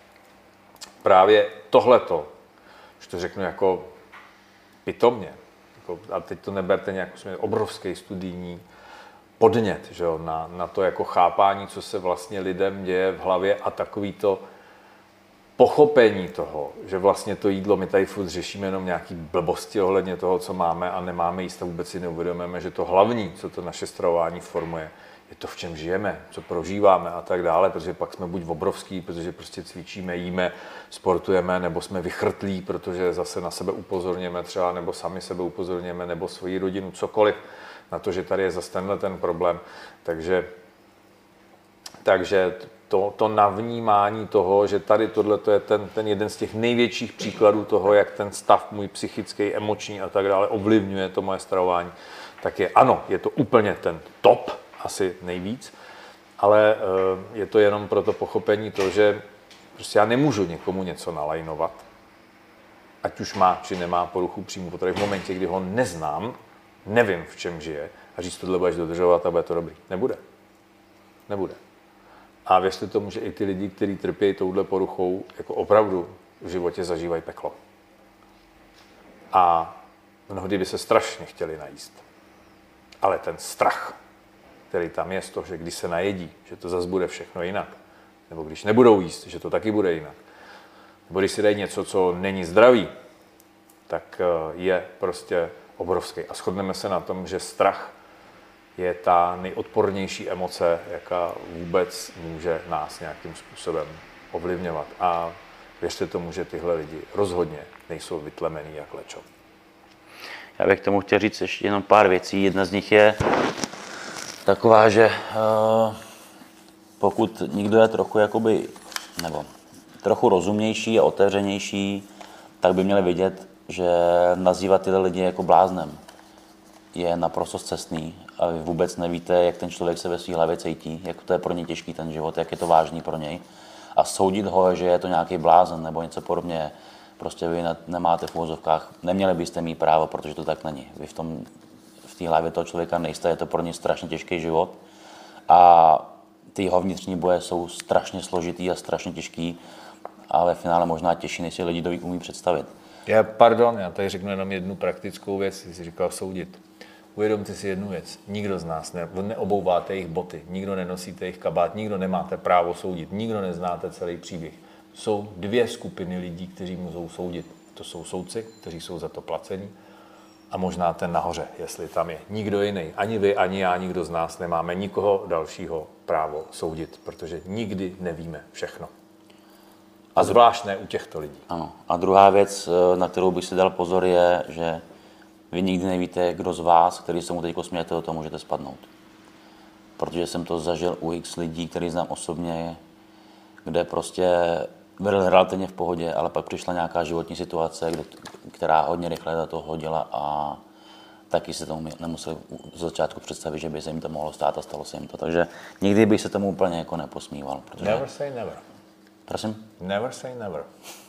právě tohleto, že to řeknu jako pitomně, jako, a teď to neberte nějak obrovský studijní podnět, že jo, na, na to jako chápání, co se vlastně lidem děje v hlavě a takový to pochopení toho, že vlastně to jídlo, my tady furt řešíme jenom nějaký blbosti ohledně toho, co máme a nemáme jíst a vůbec si neuvědomujeme, že to hlavní, co to naše stravování formuje, je to, v čem žijeme, co prožíváme a tak dále, protože pak jsme buď obrovský, protože prostě cvičíme, jíme, sportujeme, nebo jsme vychrtlí, protože zase na sebe upozorněme třeba, nebo sami sebe upozorněme, nebo svoji rodinu, cokoliv, na to, že tady je zase tenhle ten problém. Takže, takže to, to navnímání toho, že tady tohle je ten, ten jeden z těch největších příkladů toho, jak ten stav můj psychický, emoční a tak dále ovlivňuje to moje stravování, tak je ano, je to úplně ten top, asi nejvíc, ale je to jenom pro to pochopení to, že prostě já nemůžu někomu něco nalajnovat, ať už má či nemá poruchu příjmu potravy v momentě, kdy ho neznám, nevím, v čem žije, a říct, tohle budeš dodržovat a bude to dobrý. Nebude. Nebude. A věřte tomu, že i ty lidi, kteří trpějí touhle poruchou, jako opravdu v životě zažívají peklo. A mnohdy by se strašně chtěli najíst. Ale ten strach, který tam je z toho, že když se najedí, že to zase bude všechno jinak. Nebo když nebudou jíst, že to taky bude jinak. Nebo když si dají něco, co není zdravý, tak je prostě obrovský. A shodneme se na tom, že strach je ta nejodpornější emoce, jaká vůbec může nás nějakým způsobem ovlivňovat. A věřte tomu, že tyhle lidi rozhodně nejsou vytlemený jak lečo. Já bych k tomu chtěl říct ještě jenom pár věcí. Jedna z nich je taková, že uh, pokud někdo je trochu jakoby, nebo trochu rozumnější a otevřenější, tak by měli vědět, že nazývat tyhle lidi jako bláznem je naprosto scestný a vy vůbec nevíte, jak ten člověk se ve své hlavě cítí, jak to je pro ně těžký ten život, jak je to vážný pro něj. A soudit ho, že je to nějaký blázen nebo něco podobně, prostě vy nemáte v úvozovkách, neměli byste mít právo, protože to tak není. Vy v tom, v té hlavě toho člověka nejste, je to pro ně strašně těžký život a ty jeho vnitřní boje jsou strašně složitý a strašně těžký a ve finále možná těžší, než si lidi to umí představit. Já, pardon, já tady řeknu jenom jednu praktickou věc, jsi říkal soudit. Uvědomte si jednu věc, nikdo z nás ne, neobouváte jejich boty, nikdo nenosíte jejich kabát, nikdo nemáte právo soudit, nikdo neznáte celý příběh. Jsou dvě skupiny lidí, kteří můžou soudit. To jsou soudci, kteří jsou za to placení a možná ten nahoře, jestli tam je nikdo jiný. Ani vy, ani já, nikdo z nás nemáme nikoho dalšího právo soudit, protože nikdy nevíme všechno. A zvlášť ne u těchto lidí. Ano. A druhá věc, na kterou bych si dal pozor, je, že vy nikdy nevíte, kdo z vás, který se mu teď smějete, do toho můžete spadnout. Protože jsem to zažil u x lidí, který znám osobně, kde prostě byl relativně v pohodě, ale pak přišla nějaká životní situace, kde, která hodně rychle do toho hodila a taky se tomu nemuseli z začátku představit, že by se jim to mohlo stát a stalo se jim to. Takže nikdy bych se tomu úplně jako neposmíval. Protože... Never say never. Prosím? Never say never.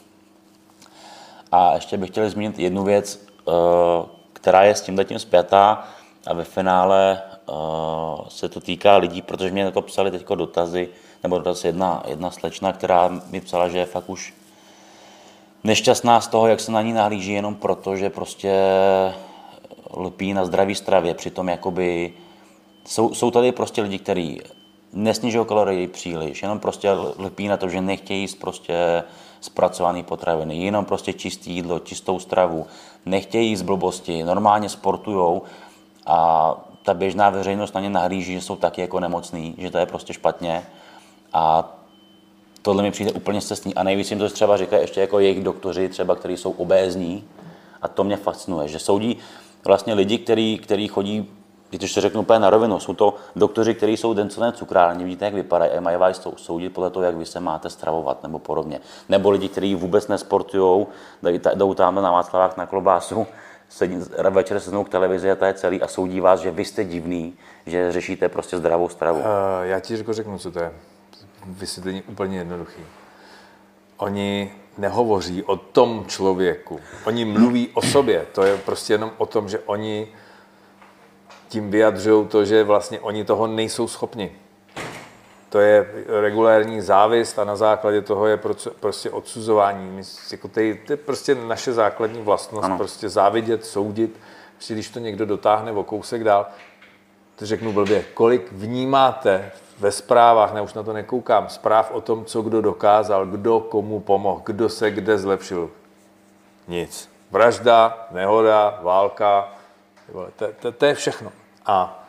A ještě bych chtěl zmínit jednu věc, která je s tímhletím spjatá a ve finále se to týká lidí, protože mě na to psali teď dotazy, nebo dotaz jedna, jedna slečna, která mi psala, že je fakt už nešťastná z toho, jak se na ní nahlíží, jenom proto, že prostě lpí na zdraví stravě. Přitom jakoby jsou, jsou tady prostě lidi, kteří nesnižují kalorie příliš, jenom prostě lpí na to, že nechtějí jíst prostě zpracované potraviny, jenom prostě čisté jídlo, čistou stravu, nechtějí jíst blbosti, normálně sportujou a ta běžná veřejnost na ně nahlíží, že jsou taky jako nemocný, že to je prostě špatně a tohle mi přijde úplně scestný a nejvíc jim to třeba říkají ještě jako jejich doktoři, třeba, kteří jsou obézní a to mě fascinuje, že soudí vlastně lidi, kteří, kteří chodí, když to řeknu úplně na rovinu, jsou to doktoři, kteří jsou den co den cukrární, vidíte, jak vypadají a mají vás soudit podle toho, jak vy se máte stravovat nebo podobně. Nebo lidi, kteří vůbec nesportujou, jdou tam na Václavách na klobásu, sedí, večer sednou k televizi a to je celý a soudí vás, že vy jste divný, že řešíte prostě zdravou stravu. Uh, já ti řeknu, řeknu, co to je. Vysvětlení úplně jednoduchý. Oni nehovoří o tom člověku, oni mluví o sobě. To je prostě jenom o tom, že oni tím vyjadřují to, že vlastně oni toho nejsou schopni. To je regulérní závist a na základě toho je prostě odsuzování. My, jako ty, to je prostě naše základní vlastnost, ano. Prostě závidět, soudit. Prostě když to někdo dotáhne o kousek dál, to řeknu blbě, kolik vnímáte ve zprávách, ne, už na to nekoukám, zpráv o tom, co kdo dokázal, kdo komu pomohl, kdo se kde zlepšil. Nic. Vražda, nehoda, válka, to, to, to je všechno. A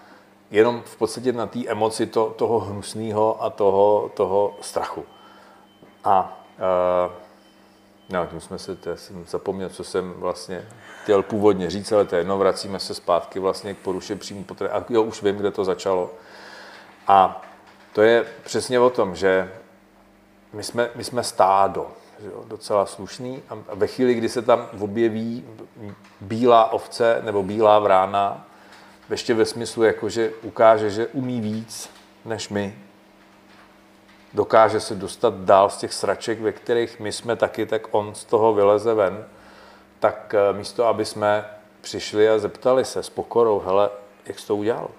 jenom v podstatě na té emoci to, toho hnusného a toho, toho strachu. A uh, no, tím jsme se, já jsem zapomněl, co jsem vlastně chtěl původně říct, ale to je jedno, vracíme se zpátky vlastně k poruše příjmu potravy. A jo, už vím, kde to začalo. A to je přesně o tom, že my jsme, my jsme stádo, že jo, docela slušný, a ve chvíli, kdy se tam objeví bílá ovce nebo bílá vrána, ještě ve smyslu, jako, že ukáže, že umí víc než my, dokáže se dostat dál z těch sraček, ve kterých my jsme taky, tak on z toho vyleze ven, tak místo, aby jsme přišli a zeptali se s pokorou, hele, jak jsi to udělal?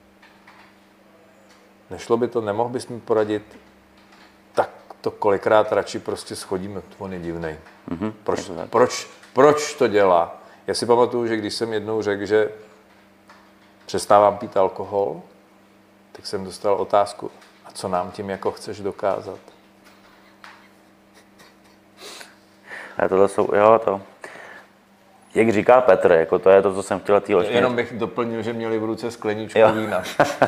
Nešlo by to, nemohl bys mi poradit? Tak to kolikrát radši prostě schodíme, on je divnej. Mm-hmm. Proč, proč, proč to dělá? Já si pamatuju, že když jsem jednou řekl, že přestávám pít alkohol, tak jsem dostal otázku, a co nám tím jako chceš dokázat? A tohle jsou, jo, to, jak říká Petr, jako to je to, co jsem chtěl tý očně. Jenom bych doplnil, že měli v ruce skleničku vína.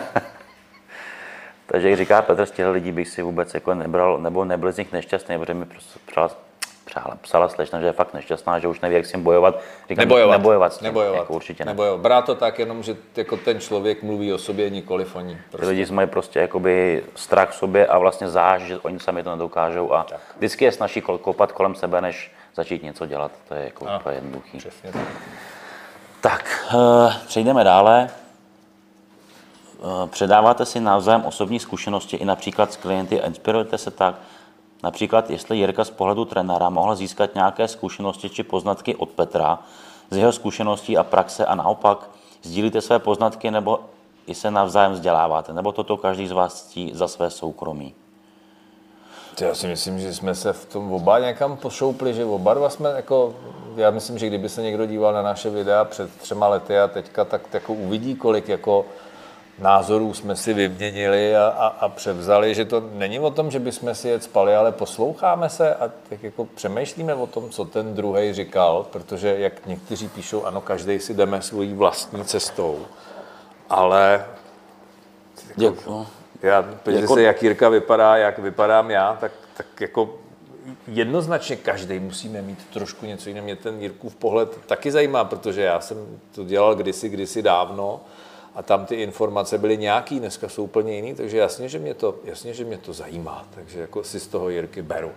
Takže jak říká Petr, z těch lidí bych si vůbec jako nebral, nebo nebyl z nich nešťastný, protože mi prostě přála, přála, psala slečna, že je fakt nešťastná, že už neví, jak s tím bojovat. Říkám, nebojovat, nebojovat s tím, nebojovat, jako určitě ne. Nebojovat. Brát to tak jenom, že jako ten člověk mluví o sobě, nikoliv o ní. Prostě. Ty lidi mají prostě jakoby strach v sobě a vlastně záž, že oni sami to nedokážou a tak. Vždycky je snaží kopat kolem sebe, než začít něco dělat. To je jako úplně jednoduchý. Přesně tak. Tak, uh, přejdeme dále. Předáváte si navzájem osobní zkušenosti i například s klienty a inspirujete se tak? Například, jestli Jirka z pohledu trenéra mohl získat nějaké zkušenosti či poznatky od Petra, z jeho zkušeností a praxe a naopak, sdílíte své poznatky nebo i se navzájem vzděláváte, nebo toto každý z vás ctí za své soukromí? Já si myslím, že jsme se v tom oba někam pošoupli, že oba dva jsme jako, já myslím, že kdyby se někdo díval na naše videa před třema lety a teďka, tak jako uvidí, kolik jako názorů jsme si vyměnili a, a, a převzali, že to není o tom, že bychom si je spali, ale posloucháme se a tak jako přemýšlíme o tom, co ten druhej říkal, protože jak někteří píšou, ano, každý si jdeme svojí vlastní cestou, ale jako, já, podívejte jako... se, jak Jirka vypadá, jak vypadám já, tak, tak jako jednoznačně každý musíme mít trošku něco jiného. Mě ten Jirkův pohled taky zajímá, protože já jsem to dělal kdysi, kdysi dávno, a tam ty informace byly nějaký, dneska jsou úplně jiný, takže jasně, že mě to, jasně, že mě to zajímá. Takže jako si z toho Jirky beru.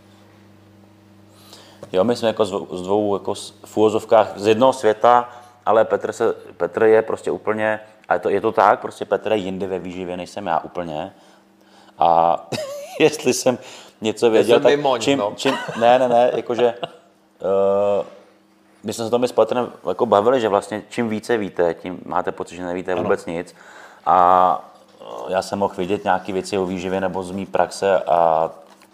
Jo, my jsme jako z dvou jako v úvozovkách z jednoho světa, ale Petr, se, Petr je prostě úplně, a je to, je to tak, prostě Petr je jinde ve výživě, než jsem já úplně. A jestli jsem něco věděl, tak moň, čím, no. čím, ne, ne, ne, jakože, uh, my jsme se tomu s Petrem jako bavili, že vlastně čím více víte, tím máte pocit, že nevíte ano. vůbec nic. A já jsem mohl vidět nějaké věci o výživě nebo z mý praxe, a,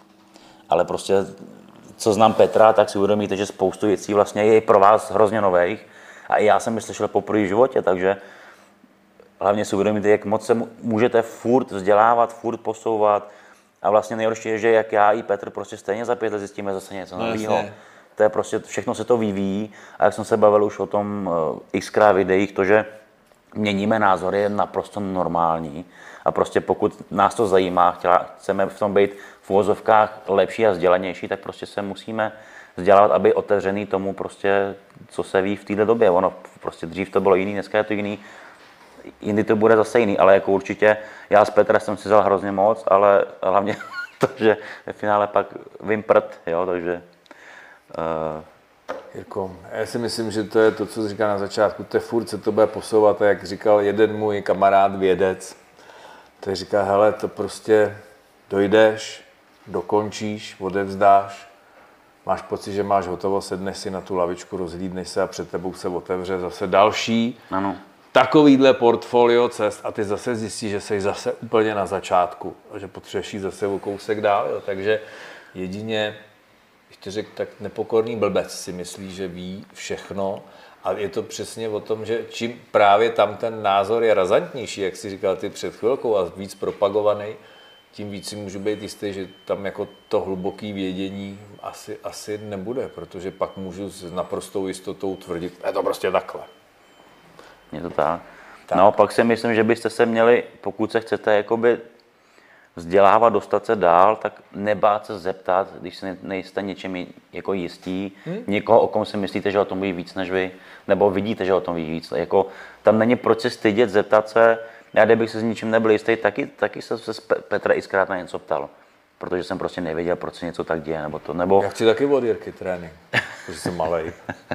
ale prostě, co znám Petra, tak si uvědomíte, že spoustu věcí vlastně je pro vás hrozně nových. A i já jsem je slyšel poprvé v životě, takže hlavně si uvědomíte, jak moc se můžete furt vzdělávat, furt posouvat. A vlastně nejhorší je, že jak já i Petr prostě stejně za pět let zjistíme zase něco no, nového. To je prostě, všechno se to vyvíjí a jak jsem se bavil už o tom uh, xkrát videích, to, že měníme názory, je naprosto normální a prostě pokud nás to zajímá, chtěla, chceme v tom být v uvozovkách lepší a vzdělanější, tak prostě se musíme vzdělávat, aby otevřený tomu prostě, co se ví v této době. Ono prostě dřív to bylo jiný, dneska je to jiný, jindy to bude zase jiný, ale jako určitě já s Petrem jsem si vzal hrozně moc, ale hlavně to, že ve finále pak vím prd, jo, takže Uh, Jirko, já si myslím, že to je to, co jsi říkal na začátku, to je furt se to bude posouvat, a jak říkal jeden můj kamarád vědec, tak říká, hele, to prostě dojdeš, dokončíš, odevzdáš, máš pocit, že máš hotovo, sedneš si na tu lavičku, rozhlídneš se a před tebou se otevře zase další ano. takovýhle portfolio cest a ty zase zjistíš, že jsi zase úplně na začátku a že potřebuješ jít zase o kousek dál, jo. Takže jedině ještě řekl, tak nepokorný blbec si myslí, že ví všechno, a je to přesně o tom, že čím právě tam ten názor je razantnější, jak si říkal ty před chvilkou, a víc propagovaný, tím víc si můžu být jistý, že tam jako to hluboké vědění asi, asi nebude, protože pak můžu s naprostou jistotou tvrdit, je to prostě takhle. Je to tak. Tak. No, pak si myslím, že byste se měli, pokud se chcete jakoby vzdělávat, dostat se dál, tak nebát se zeptat, když se nejste něčem jako jistí, hmm? někoho, o kom si myslíte, že o tom ví víc než vy, nebo vidíte, že o tom ví víc. Jako, tam není proč se stydět, zeptat se. Já kdybych se s ničím nebyl jistý, taky, taky se Petra xkrát na něco ptal. Protože jsem prostě nevěděl, proč se něco tak děje, nebo to, nebo... Já chci taky od Jirky trénink, protože jsem malej.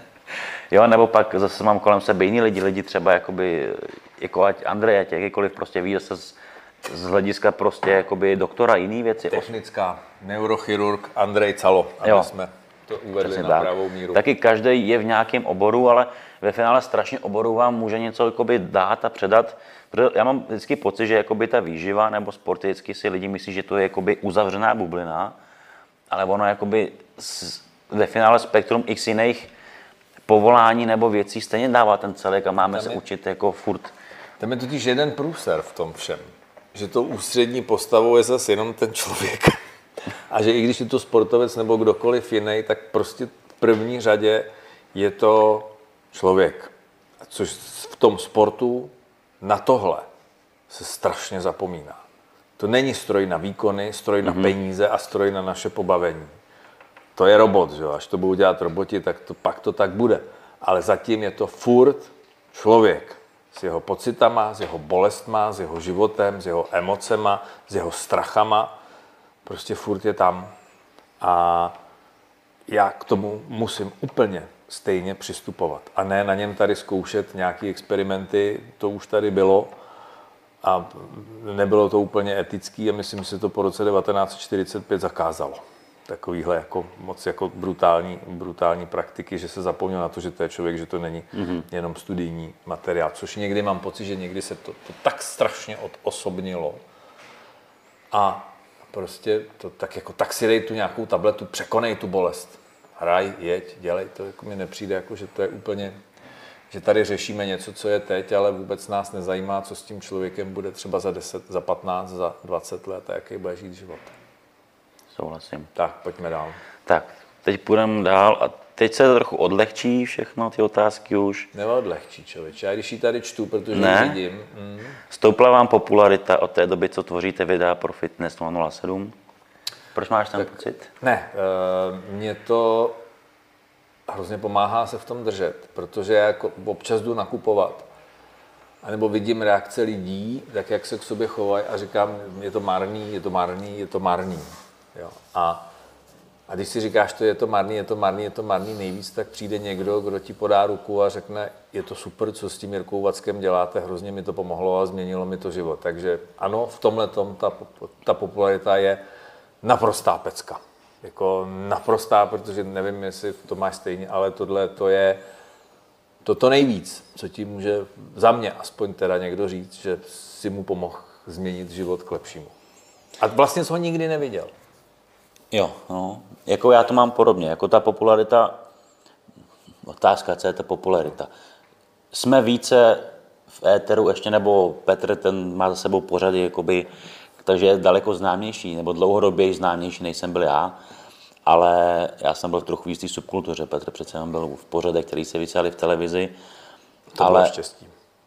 Jo, nebo pak zase mám kolem sebe jiný lidi, lidi třeba jakoby, jako ať Andrej, ať jakýkoliv prostě ví zase z, z hlediska prostě jakoby doktora jiný věci. Technická, neurochirurg Andrej Calo, aby jo. jsme to uvedli přesně na tak. pravou míru. Taky každý je v nějakém oboru, ale ve finále strašně oborů vám může něco jakoby dát a předat. Já mám vždycky pocit, že jakoby ta výživa nebo sport, vždycky si lidi myslí, že to je jakoby uzavřená bublina, ale ono jakoby ve finále spektrum x jiných povolání nebo věcí stejně dává ten celek a máme tam se je, učit jako furt. Tam je totiž jeden průser v tom všem, že tou ústřední postavou je zase jenom ten člověk. A že i když je to sportovec nebo kdokoliv jiný, tak prostě v první řadě je to člověk. Což v tom sportu na tohle se strašně zapomíná. To není stroj na výkony, stroj na mm-hmm. peníze a stroj na naše pobavení. To je robot, že jo? Až to budou dělat roboti, tak to, pak to tak bude. Ale zatím je to furt člověk s jeho pocitama, s jeho bolestma, s jeho životem, s jeho emocema, s jeho strachama. Prostě furt je tam. A já k tomu musím úplně stejně přistupovat. A ne na něm tady zkoušet nějaké experimenty, to už tady bylo. A nebylo to úplně etický a myslím, že se to po roce devatenáct set čtyřicet pět zakázalo. Takovýhle jako moc jako brutální, brutální praktiky, že se zapomněl na to, že to je člověk, že to není mm-hmm. jenom studijní materiál. Což někdy mám pocit, že někdy se to, to tak strašně odosobnilo. A prostě to tak jako tak si dej tu nějakou tabletu, překonej tu bolest. Hraj, jeď, dělej. To jako mi nepřijde, jako, že to je úplně, že tady řešíme něco, co je teď, ale vůbec nás nezajímá, co s tím člověkem bude třeba za deset, za patnáct, za dvacet let a jaký bude žít život. Souhlasím. Tak, pojďme dál. Tak, teď půjdeme dál a teď se to trochu odlehčí všechno, ty otázky už. Neodlehčí, člověče. Já když ji tady čtu, protože ne. ji vidím. Mm. Stoupla vám popularita od té doby, co tvoříte videa pro Fitness nula nula sedm? Proč máš ten tak, pocit? Ne, uh, mě to hrozně pomáhá se v tom držet, protože já jako občas jdu nakupovat, anebo vidím reakce lidí, tak jak se k sobě chovají a říkám, je to marný, je to marný, je to marný. Jo. A, a když si říkáš, že je to marný, je to marný, je to marný nejvíc, tak přijde někdo, kdo ti podá ruku a řekne, je to super, co s tím Jirkou Vackem děláte, hrozně mi to pomohlo a změnilo mi to život. Takže ano, v tomhletom ta, ta popularita je naprostá pecka. Jako naprostá, protože nevím, jestli to máš stejně, ale tohle to je to, to nejvíc, co ti může za mě aspoň teda někdo říct, že si mu pomohl změnit život k lepšímu. A vlastně jsem ho nikdy neviděl. Jo, no, jako já to mám podobně, jako ta popularita, otázka, co je ta popularita. Jsme více v éteru ještě, nebo Petr, ten má za sebou pořady, jakoby, takže je daleko známější, nebo dlouhodobě známější, než jsem byl já, ale já jsem byl v trochu jistý subkultuře, Petr přece jenom byl v pořadech, který se vysílali v televizi. To ale... bylo štěstí.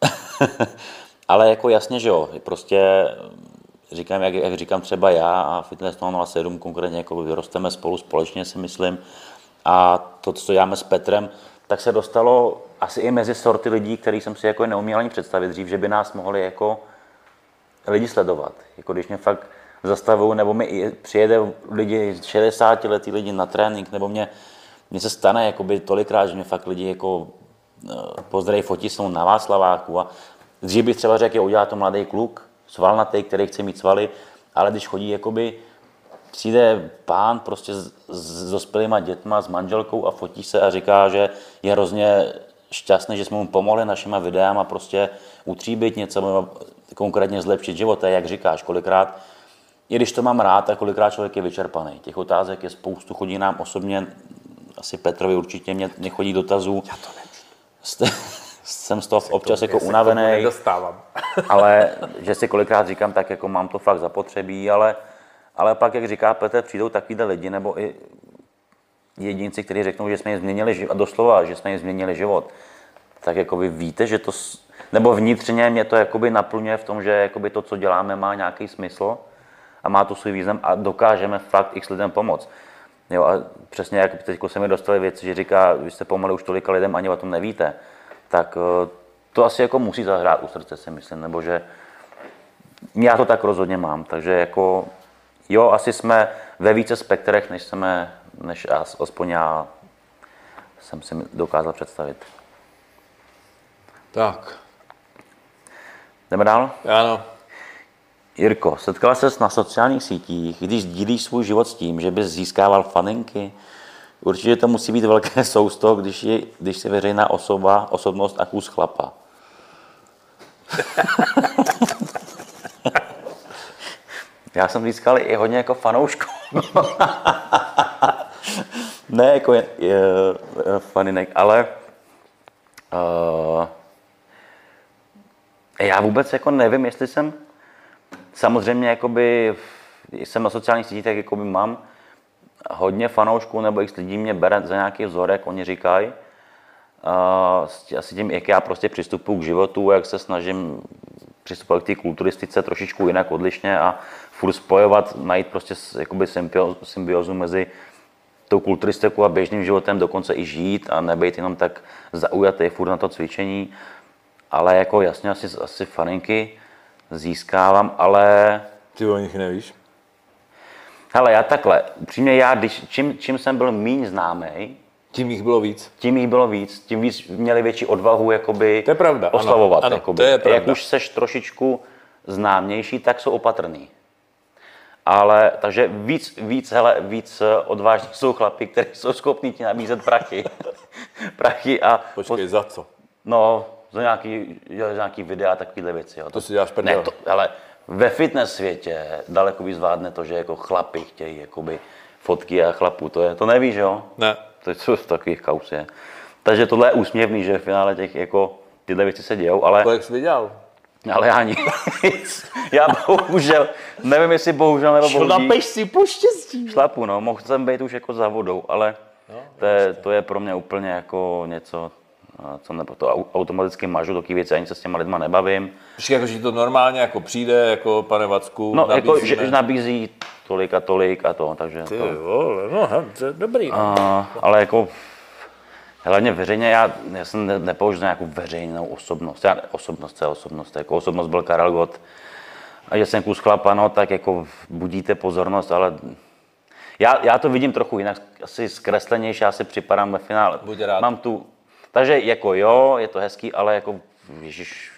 Ale jako jasně, že jo, prostě říkám, jak, jak říkám třeba já a Fitness nula nula sedm konkrétně, jako vyrosteme spolu společně, si myslím, a to, co děláme s Petrem, tak se dostalo asi i mezi sorty lidí, který jsem si jako neuměl ani představit dřív, že by nás mohli jako lidi sledovat. Jako když mě fakt zastavují, nebo mi přijede lidi, šedesátiletí lidi na trénink, nebo mě, mě se stane jakoby tolikrát, že mě fakt lidi jako pozdraví, fotí jsou na Václaváku a dřív bych třeba řekl, udělá to mladý kluk, svalnatý, který chce mít svaly, ale když chodí, jakoby přijde pán prostě s, s dospělýma dětma, s manželkou a fotí se a říká, že je hrozně šťastný, že jsme mu pomohli našima videama prostě utříbit něco, konkrétně zlepšit život. A jak říkáš, kolikrát, i když to mám rád, tak kolikrát člověk je vyčerpaný. Těch otázek je spoustu, chodí nám osobně, asi Petrovi určitě mě, mě chodí dotazů. Já to nevím. Jsem z toho občas jako unavený, ale že si kolikrát říkám, tak jako mám to fakt zapotřebí, ale, ale pak, jak říká Petr, přijdou takovýhle lidi, nebo i jedinci, kteří řeknou, že jsme jim změnili život, a doslova, že jsme jim změnili život, tak jako vy víte, že to, nebo vnitřně mě to jakoby naplňuje v tom, že jakoby to, co děláme, má nějaký smysl a má to svůj význam a dokážeme fakt x lidem pomoct. Jo, a přesně jak teď se mi dostaly věci, že říká, vy jste pomohli už tolika lidem, ani o tom nevíte, tak to asi jako musí zahrát u srdce, si myslím, nebo že já to tak rozhodně mám, takže jako jo, asi jsme ve více spektrech, než jsme, než aspoň já jsem si dokázal představit. Tak. Jdeme dál? Ano. Jirko, setkal ses na sociálních sítích, když sdílíš svůj život s tím, že bys získával faninky? Určitě to musí být velké sousto, když, je, když jsi veřejná osoba, osobnost a kus chlapa. Já jsem získal i hodně jako fanoušků. Ne jako je, je, je, faninek, ale uh, já vůbec jako nevím, jestli jsem samozřejmě jakoby, jsem na sociálních sítích, tak jakoby mám hodně fanoušků, nebo x lidí mě bere za nějaký vzorek, oni říkají. Uh, asi tím, jak já prostě přistupuji k životu, jak se snažím přistupovat k té kulturistice trošičku jinak, odlišně a furt spojovat, najít prostě jakoby symbiozu mezi tou kulturistikou a běžným životem, dokonce i žít a nebejt jenom tak zaujatý furt na to cvičení. Ale jako jasně asi, asi faninky získávám, ale... Ty o nich nevíš? Hele, já takhle, upřímně já, když, čím, čím jsem byl míň známý, tím jich bylo víc. Tím jich bylo víc, tím víc měli větší odvahu jakoby to je pravda, oslavovat. Ano, jakoby. To je pravda. Jak už seš trošičku známější, tak jsou opatrný. Ale, takže víc, víc, hele, víc odvážní jsou chlapi, kteří jsou schopní ti nabízet prachy. prachy a... Počkej, za co? No, za nějaký, za nějaký videa a takovýhle věci. Jo. To, to si děláš prdel. Ne, to, ale ve fitness světě daleko víc zvládne to, že jako chlapi chtějí jakoby fotky a chlapů. To, je, to nevíš, jo? Ne. To jsou z takových kaus je. Takže tohle je úsměvný, že v finále těch jako tyhle věci se dějou, ale... Kolik jsi viděl? Ale já nic. Já bohužel, nevím jestli bohužel nebo bohužel. Šlapeš si po štěstí. Šlapu, no, mohl jsem být už jako za vodou, ale no, to, je, to je pro mě úplně jako něco, co nebo to automaticky mažu, takové věci, ani se s těma lidma nebavím. Počkej, jako, že to normálně jako přijde, jako pane Vacku, no, jako, že, že nabízí tolik a tolik a to, takže... Ty to, vole, no, to je dobrý. No. A, ale jako, hlavně veřejně, já, já jsem ne, nepoužil nějakou veřejnou osobnost, já, osobnost, je osobnost, jako osobnost byl Karel Gott, a že jsem kus chlapa, no, tak jako budíte pozornost, ale já, já to vidím trochu jinak, asi zkreslenější, já si připadám ve finále. Buď rád. Mám tu, takže jako jo, je to hezký, ale jako, ježiš,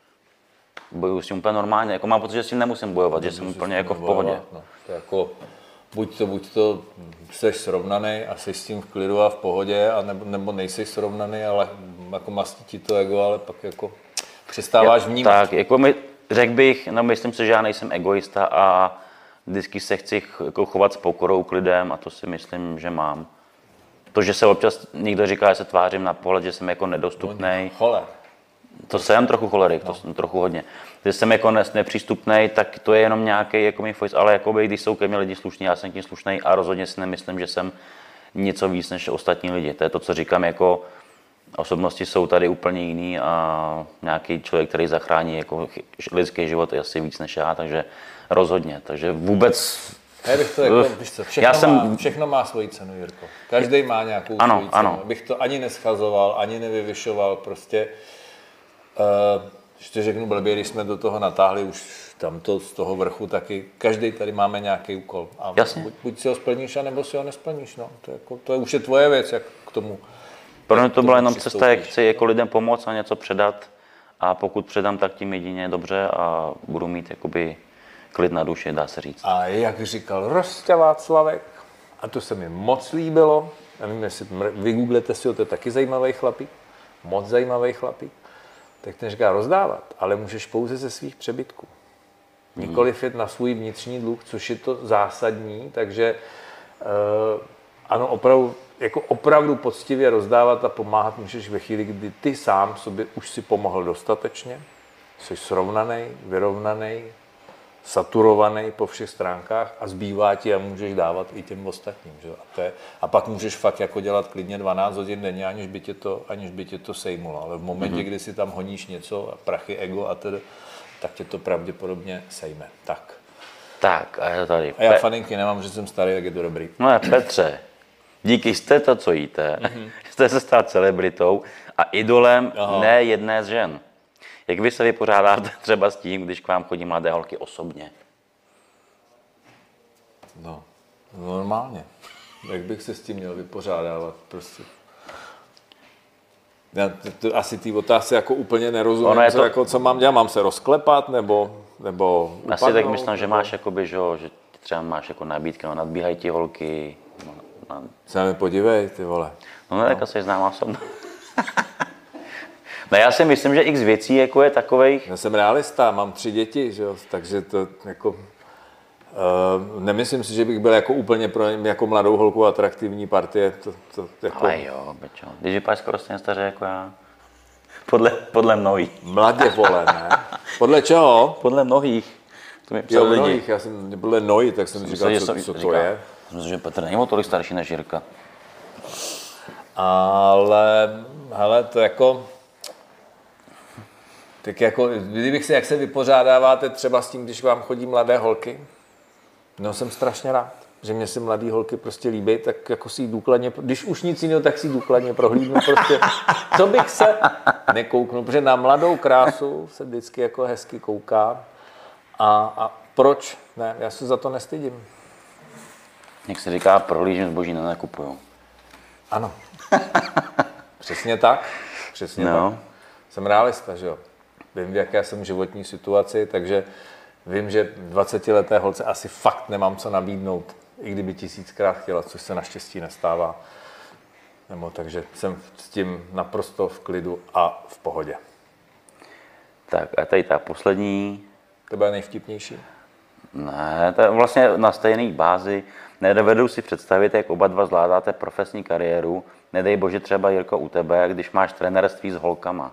bojuju s tím úplně normálně, jako mám pocit, že s tím nemusím bojovat, že jsem úplně jako v pohodě. No, to jako, buď to, buď to jsi srovnaný a jsi s tím v klidu a v pohodě, a nebo, nebo nejsi srovnaný, ale jako mastí ti to ego, ale pak jako přestáváš vnímat. Tak, jako my, řekl bych, no myslím si, že já nejsem egoista a vždycky se chci jako chovat s pokorou k lidem a to si myslím, že mám. To, že se občas někdo říká, že se tvářím na pohled, že jsem jako nedostupnej. Choler. To jsem trochu cholerik, no. To jsem trochu hodně. Když jsem jako nepřístupnej, tak to je jenom nějaký jako mý voice, ale jakoby, když jsou ke mně lidi slušní, já jsem k ním slušnej a rozhodně si nemyslím, že jsem něco víc než ostatní lidi. To je to, co říkám, jako osobnosti jsou tady úplně jiný a nějaký člověk, který zachrání jako lidský život, je asi víc než já, takže rozhodně. Takže vůbec... Já bych to jako, víš co, všechno, já jsem... má, všechno má svoji cenu, Jirko. Každý má nějakou ano, svoji cenu. Ano. Bych to ani neschazoval, ani nevyvyšoval, prostě... Uh, ještě řeknu blbě, když jsme do toho natáhli už tamto z toho vrchu, taky každý tady máme nějaký úkol. A buď, buď si ho splníš, anebo si ho nesplníš. No. To, je jako, to je už je tvoje věc, jak k tomu. Pro mě to byla jenom cesta, jak chci jako lidem pomoct a něco předat. A pokud předám, tak tím jedině dobře a budu mít jakoby klid na duši, dá se říct. A jak říkal Rostě Václavek, a to se mi moc líbilo, nevím, jestli vygooglete si ho, to je taky zajímavý chlapík, moc zajímavý chlapík. Tak ten říká rozdávat, ale můžeš pouze ze svých přebytků. Hmm. Nikoliv jet na svůj vnitřní dluh, což je to zásadní, takže uh, ano, opravdu, jako opravdu poctivě rozdávat a pomáhat můžeš ve chvíli, kdy ty sám sobě už si pomohl dostatečně, jsi srovnaný, vyrovnaný, saturovaný po všech stránkách a zbývá ti a můžeš dávat i těm ostatním. Že? A, to je, a pak můžeš fakt jako dělat klidně dvanáct hodin denně, aniž by tě to, aniž by tě to sejmulo. Ale v momentě, mm-hmm. kdy si tam honíš něco a prachy, ego a tedy, tak tě to pravděpodobně sejme. Tak. Tak a já tady. A já Pe- faninky nemám, že jsem starý, tak je to dobrý. No a Petře, díky jste to, co jíte, mm-hmm. jste se stal celebritou a idolem Aha. ne jedné z žen. Jak vy se vypořádáte třeba s tím, když k vám chodí mladé holky osobně? No, normálně. Jak bych se s tím měl vypořádávat? Prostě. Já to, to, asi ty otázky jako úplně nerozumím, co, to... jako, co mám dělat. Mám se rozklepat nebo, nebo upadnout? Asi tak myslím, nebo... že máš jakoby, že, že třeba máš jako nabídky, no, nadbíhají ti holky. No, no. Se mi podívej, ty vole. No, no. tak asi známá osobně. No já si myslím, že x věcí jako je takovejch... Já jsem realista, mám tři děti, že jo, takže to jako... Uh, nemyslím si, že bych byl jako úplně pro jako mladou holku atraktivní partie. To, to, jako... Ale jo, bečo, když vypadáš skoro stejně staře jako já. Podle, podle mnohých. Mladě, vole, ne? Podle čeho? Podle mnohých. To mi jo, lidi. Mnohých, já jsem podle Noji, tak jsem, jsem říkal, myslel, co, co to říkal, je. Myslím, že Petr není o tolik starší než Jirka. Ale, hele, to jako... Tak jako, kdybych si, jak se vypořádáváte třeba s tím, když vám chodí mladé holky, no jsem strašně rád, že mě si mladý holky prostě líbí, tak jako si důkladně, když už nic jiného, tak si důkladně prohlídnu prostě, co bych se nekouknul, protože na mladou krásu se vždycky jako hezky kouká a, a proč? Ne, já se za to nestydím. Jak se říká, prohlížím zboží, nenakupuju. Ano, přesně tak, přesně no. tak. Jsem realista, že jo. Vím, v jaké jsem životní situaci, takže vím, že dvacetileté holce asi fakt nemám co nabídnout, i kdyby tisíckrát chtěla, což se naštěstí nestává. Nebo, takže jsem s tím naprosto v klidu a v pohodě. Tak a tady ta poslední. To byla nejvtipnější? Ne, to je vlastně na stejné bázi. Nedovedu si představit, jak oba dva zvládáte profesní kariéru. Nedej bože třeba, Jirko, u tebe, když máš trenérství s holkama.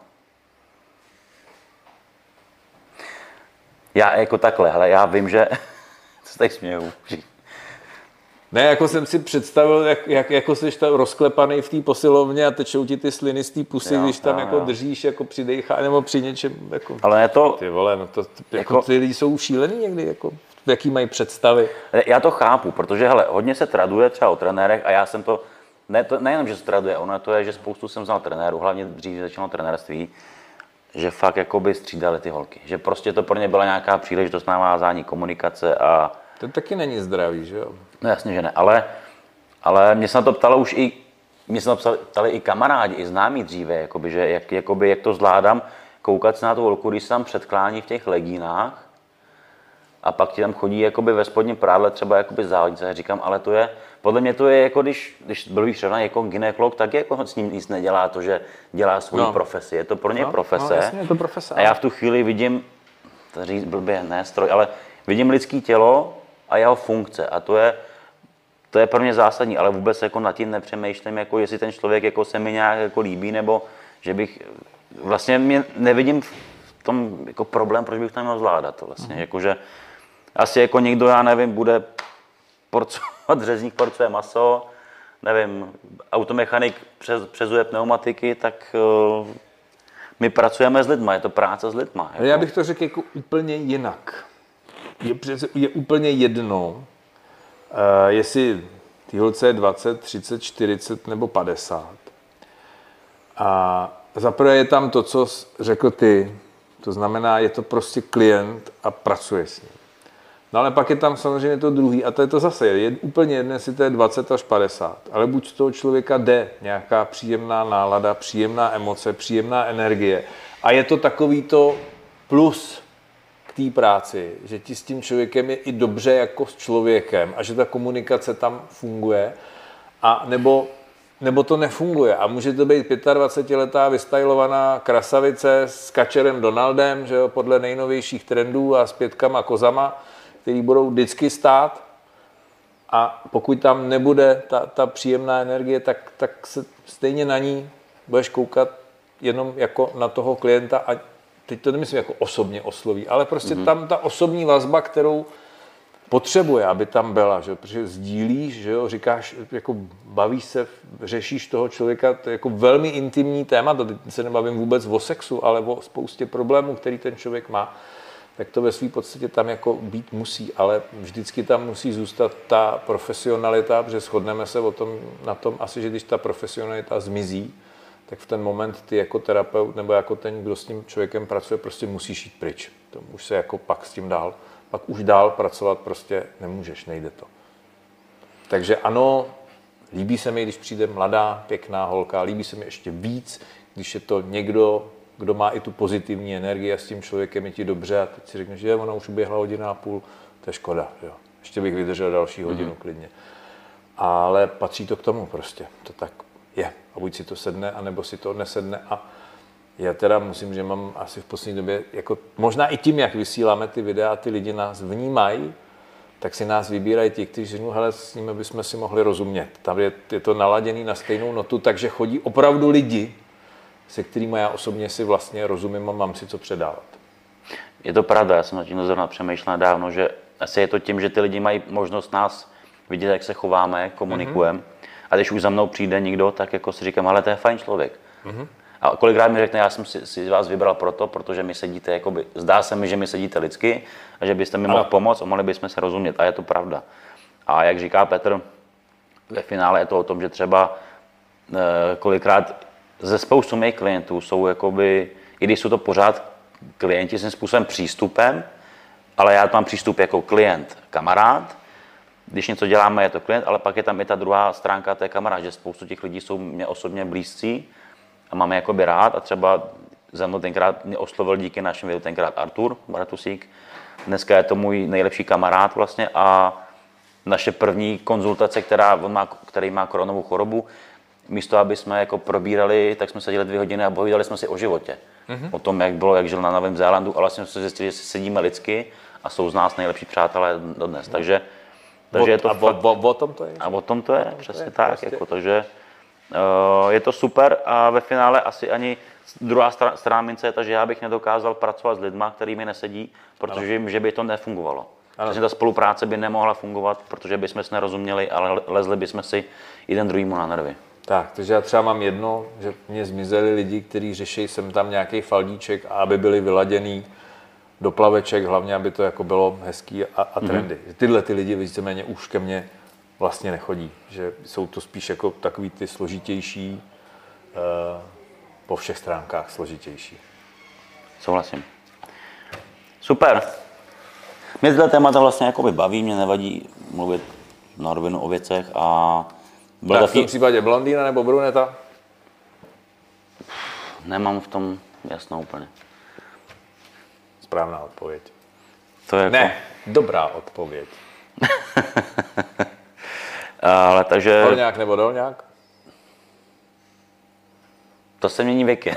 Já jako takhle, ale já vím, že se tak směju. Ne, jako jsem si představil, jak, jak jako jsi tam rozklepaný v té posilovně a tečou ti ty sliny z té pusy, jo, když tam jo, jako jo. držíš jako při dejchání nebo při něčem. Jako, ale je to... Ty vole, no to, jako, jako ty lidi jsou šílený někdy, jako, jaký mají představy. Já to chápu, protože hele, hodně se traduje třeba o trenérech a já jsem to, ne, to nejenom, že se traduje, ono to je, že spoustu jsem znal trenérů, hlavně dřív začínalo trenérství, že fakt jakoby střídali ty holky. Že prostě to pro ně byla nějaká příležitost navázání komunikace a... To taky není zdravý, že jo? No jasně, že ne, ale, ale mě se na to ptalo už i, mě se na to ptali i kamarádi, i známí dříve, jakoby, že jak, jakoby, jak to zvládám, koukat se na tu holku, když se tam předklání v těch legínách a pak ti tam chodí jakoby ve spodním prádle třeba jakoby závodnice. Já říkám, ale to je, podle mě to je jako když, když byl výšřevna jako gynekolog, tak jako s ním nic nedělá to, že dělá svou no. profesi. Je to pro ně no, profese. No, jasně, je to profese. A já v tu chvíli vidím, to říct blbě, ne stroj, ale vidím lidský tělo a jeho funkce. A to je, to je pro mě zásadní, ale vůbec jako nad tím nepřemýšlím, jako jestli ten člověk jako se mi nějak jako líbí, nebo že bych, vlastně mě nevidím v tom jako problém, proč bych to měl zvládat. To vlastně, mm. jakože asi jako někdo, já nevím, bude porcovat, řezník porcuje maso, nevím, automechanik přez, přezuje pneumatiky, tak uh, my pracujeme s lidma, je to práce s lidma. Jako. Já bych to řekl jako úplně jinak. Je, přece, je úplně jedno, uh, jestli ty holce je dvacet, třicet, čtyřicet nebo padesát. A zaprvé je tam to, co řekl ty, to znamená, je to prostě klient a pracuje s ním. No ale pak je tam samozřejmě to druhý a to je to zase, je úplně jedno, jestli to je dvacet až padesát, ale buď z toho člověka jde nějaká příjemná nálada, příjemná emoce, příjemná energie a je to takový to plus k té práci, že ti s tím člověkem je i dobře jako s člověkem a že ta komunikace tam funguje a nebo, nebo to nefunguje a může to být dvacetiletá vystajlovaná krasavice s kačerem Donaldem, že jo, podle nejnovějších trendů a s pětkama kozama, který budou vždycky stát a pokud tam nebude ta, ta příjemná energie, tak, tak se stejně na ní budeš koukat jenom jako na toho klienta a teď to nemyslím jako osobně osloví, ale prostě mm-hmm. tam ta osobní vazba, kterou potřebuje, aby tam byla, že? Protože sdílíš, že jo, říkáš, jako bavíš se, řešíš toho člověka, to je jako velmi intimní téma, to teď se nebavím vůbec o sexu, ale o spoustě problémů, který ten člověk má, tak to ve své podstatě tam jako být musí, ale vždycky tam musí zůstat ta profesionalita, protože shodneme se o tom, na tom asi, že když ta profesionalita zmizí, tak v ten moment ty jako terapeut nebo jako ten, kdo s tím člověkem pracuje, prostě musíš jít pryč. To už se jako pak s tím dál, pak už dál pracovat prostě nemůžeš, nejde to. Takže ano, líbí se mi, když přijde mladá, pěkná holka, líbí se mi ještě víc, když je to někdo, kdo má i tu pozitivní energii a s tím člověkem je ti dobře a teď si řekneš, že ona už uběhla hodina a půl, to je škoda, jo. Ještě bych vydržel další hodinu mm-hmm. klidně. Ale patří to k tomu prostě, to tak je. A buď si to sedne, anebo si to nesedne. A já teda musím, že mám asi v poslední době, jako možná i tím, jak vysíláme ty videa a ty lidi nás vnímají, tak si nás vybírají ti, kteří řeknou, hele, s nimi bychom si mohli rozumět. Tam je, je to naladěný na stejnou notu, takže chodí opravdu lidi, se kterými já osobně si vlastně rozumím a mám si co předávat. Je to pravda, já jsem nad tím zrovna přemýšlel dávno, že asi je to tím, že ty lidi mají možnost nás vidět, jak se chováme, komunikujeme. Mm-hmm. A když už za mnou přijde někdo, tak jako si říkám, ale to je fajn člověk. Mm-hmm. A kolikrát mi řekne, já jsem si, si vás vybral proto, protože mi sedíte, jakoby, zdá se mi, že mi sedíte lidsky a že byste mi mohl pomoct a mohli bychom se rozumět. A je to pravda. A jak říká Petr, ve finále je to o tom, že třeba e, kolikrát ze spoustu mých klientů jsou, jakoby, i když jsou to pořád klienti s tím způsobem přístupem, ale já mám přístup jako klient, kamarád. Když něco děláme, je to klient, ale pak je tam i ta druhá stránka té kamarád, že spoustu těch lidí jsou mě osobně blízcí a máme jakoby rád a třeba za mnou tenkrát mě oslovil díky našemu videu tenkrát Artur Bratusík. Dneska je to můj nejlepší kamarád vlastně a naše první konzultace, která on má, který má koronovou chorobu, místo aby jsme jako probírali, tak jsme seděli dvě hodiny a povídali jsme si o životě. Mm-hmm. O tom, jak bylo, jak žil na Novém Zélandu, ale vlastně jsme zjistili, že si sedíme lidsky a jsou z nás nejlepší přátelé dodnes. Mm-hmm. Takže Takže o, je to a fakt, o, o, o tom to je? A o tom to je, to přesně je, tak. Prostě. Jako, takže uh, je to super a ve finále asi ani druhá strana, strana mince je ta, že já bych nedokázal pracovat s lidma, který mi nesedí, protože vím, že by to nefungovalo. Přesně ta spolupráce by nemohla fungovat, protože bychom si nerozuměli, ale lezli bychom si jeden druhýmu na nervy. Tak, takže já třeba mám jedno, že mě zmizeli lidi, kteří řeší sem tam nějaký faldíček a aby byli vyladěný do plaveček, hlavně, aby to jako bylo hezký a, a trendy. Mm-hmm. Tyhle ty lidi víceméně už ke mně vlastně nechodí, že jsou to spíš jako takový ty složitější, uh, po všech stránkách složitější. Souhlasím. Super. Mě tyhle témata vlastně jakoby baví, mě nevadí mluvit na rovinu o věcech a... Tak taky... v tom případě blondýna nebo bruneta? Nemám v tom jasno úplně. Správná odpověď. To je jako... Ne, dobrá odpověď. Ale takže... Horňák nebo dolňák? To se mění věky.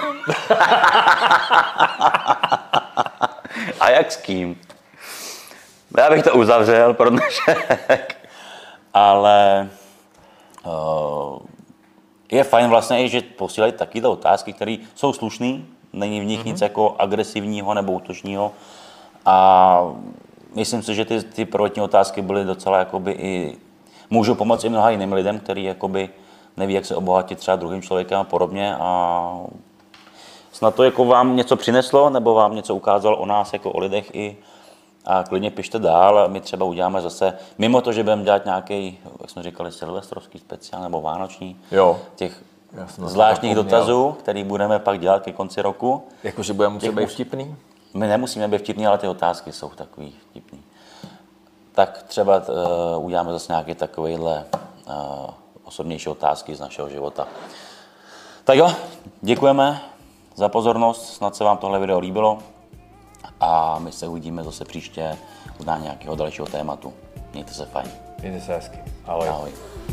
A jak s kým? Já bych to uzavřel pro dnešek. Ale uh, je fajn vlastně, že posílají takové otázky, které jsou slušné. Není v nich mm-hmm. nic jako agresivního nebo útočního. A myslím si, že ty, ty prvotní otázky byly docela jakoby i... Můžou pomoct i mnoha jiným lidem, kteří jakoby neví, jak se obohatit třeba druhým člověkem a podobně. A snad to jako vám něco přineslo, nebo vám něco ukázalo o nás jako o lidech i a klidně pište dál. My třeba uděláme zase, mimo to, že budeme dělat nějaký, jak jsme říkali, silvestrovský speciál nebo vánoční, jo. těch zvláštních dotazů, který budeme pak dělat ke konci roku. Jakože budeme muset být vtipný? My nemusíme být vtipný, ale ty otázky jsou takový vtipný. Tak třeba uh, uděláme zase nějaké takovéhle uh, osobnější otázky z našeho života. Tak jo, děkujeme za pozornost, snad se vám tohle video líbilo a my se uvidíme zase příště u nějakého dalšího tématu. Mějte se fajn. Mějte se hezky. Ahoj. Ahoj.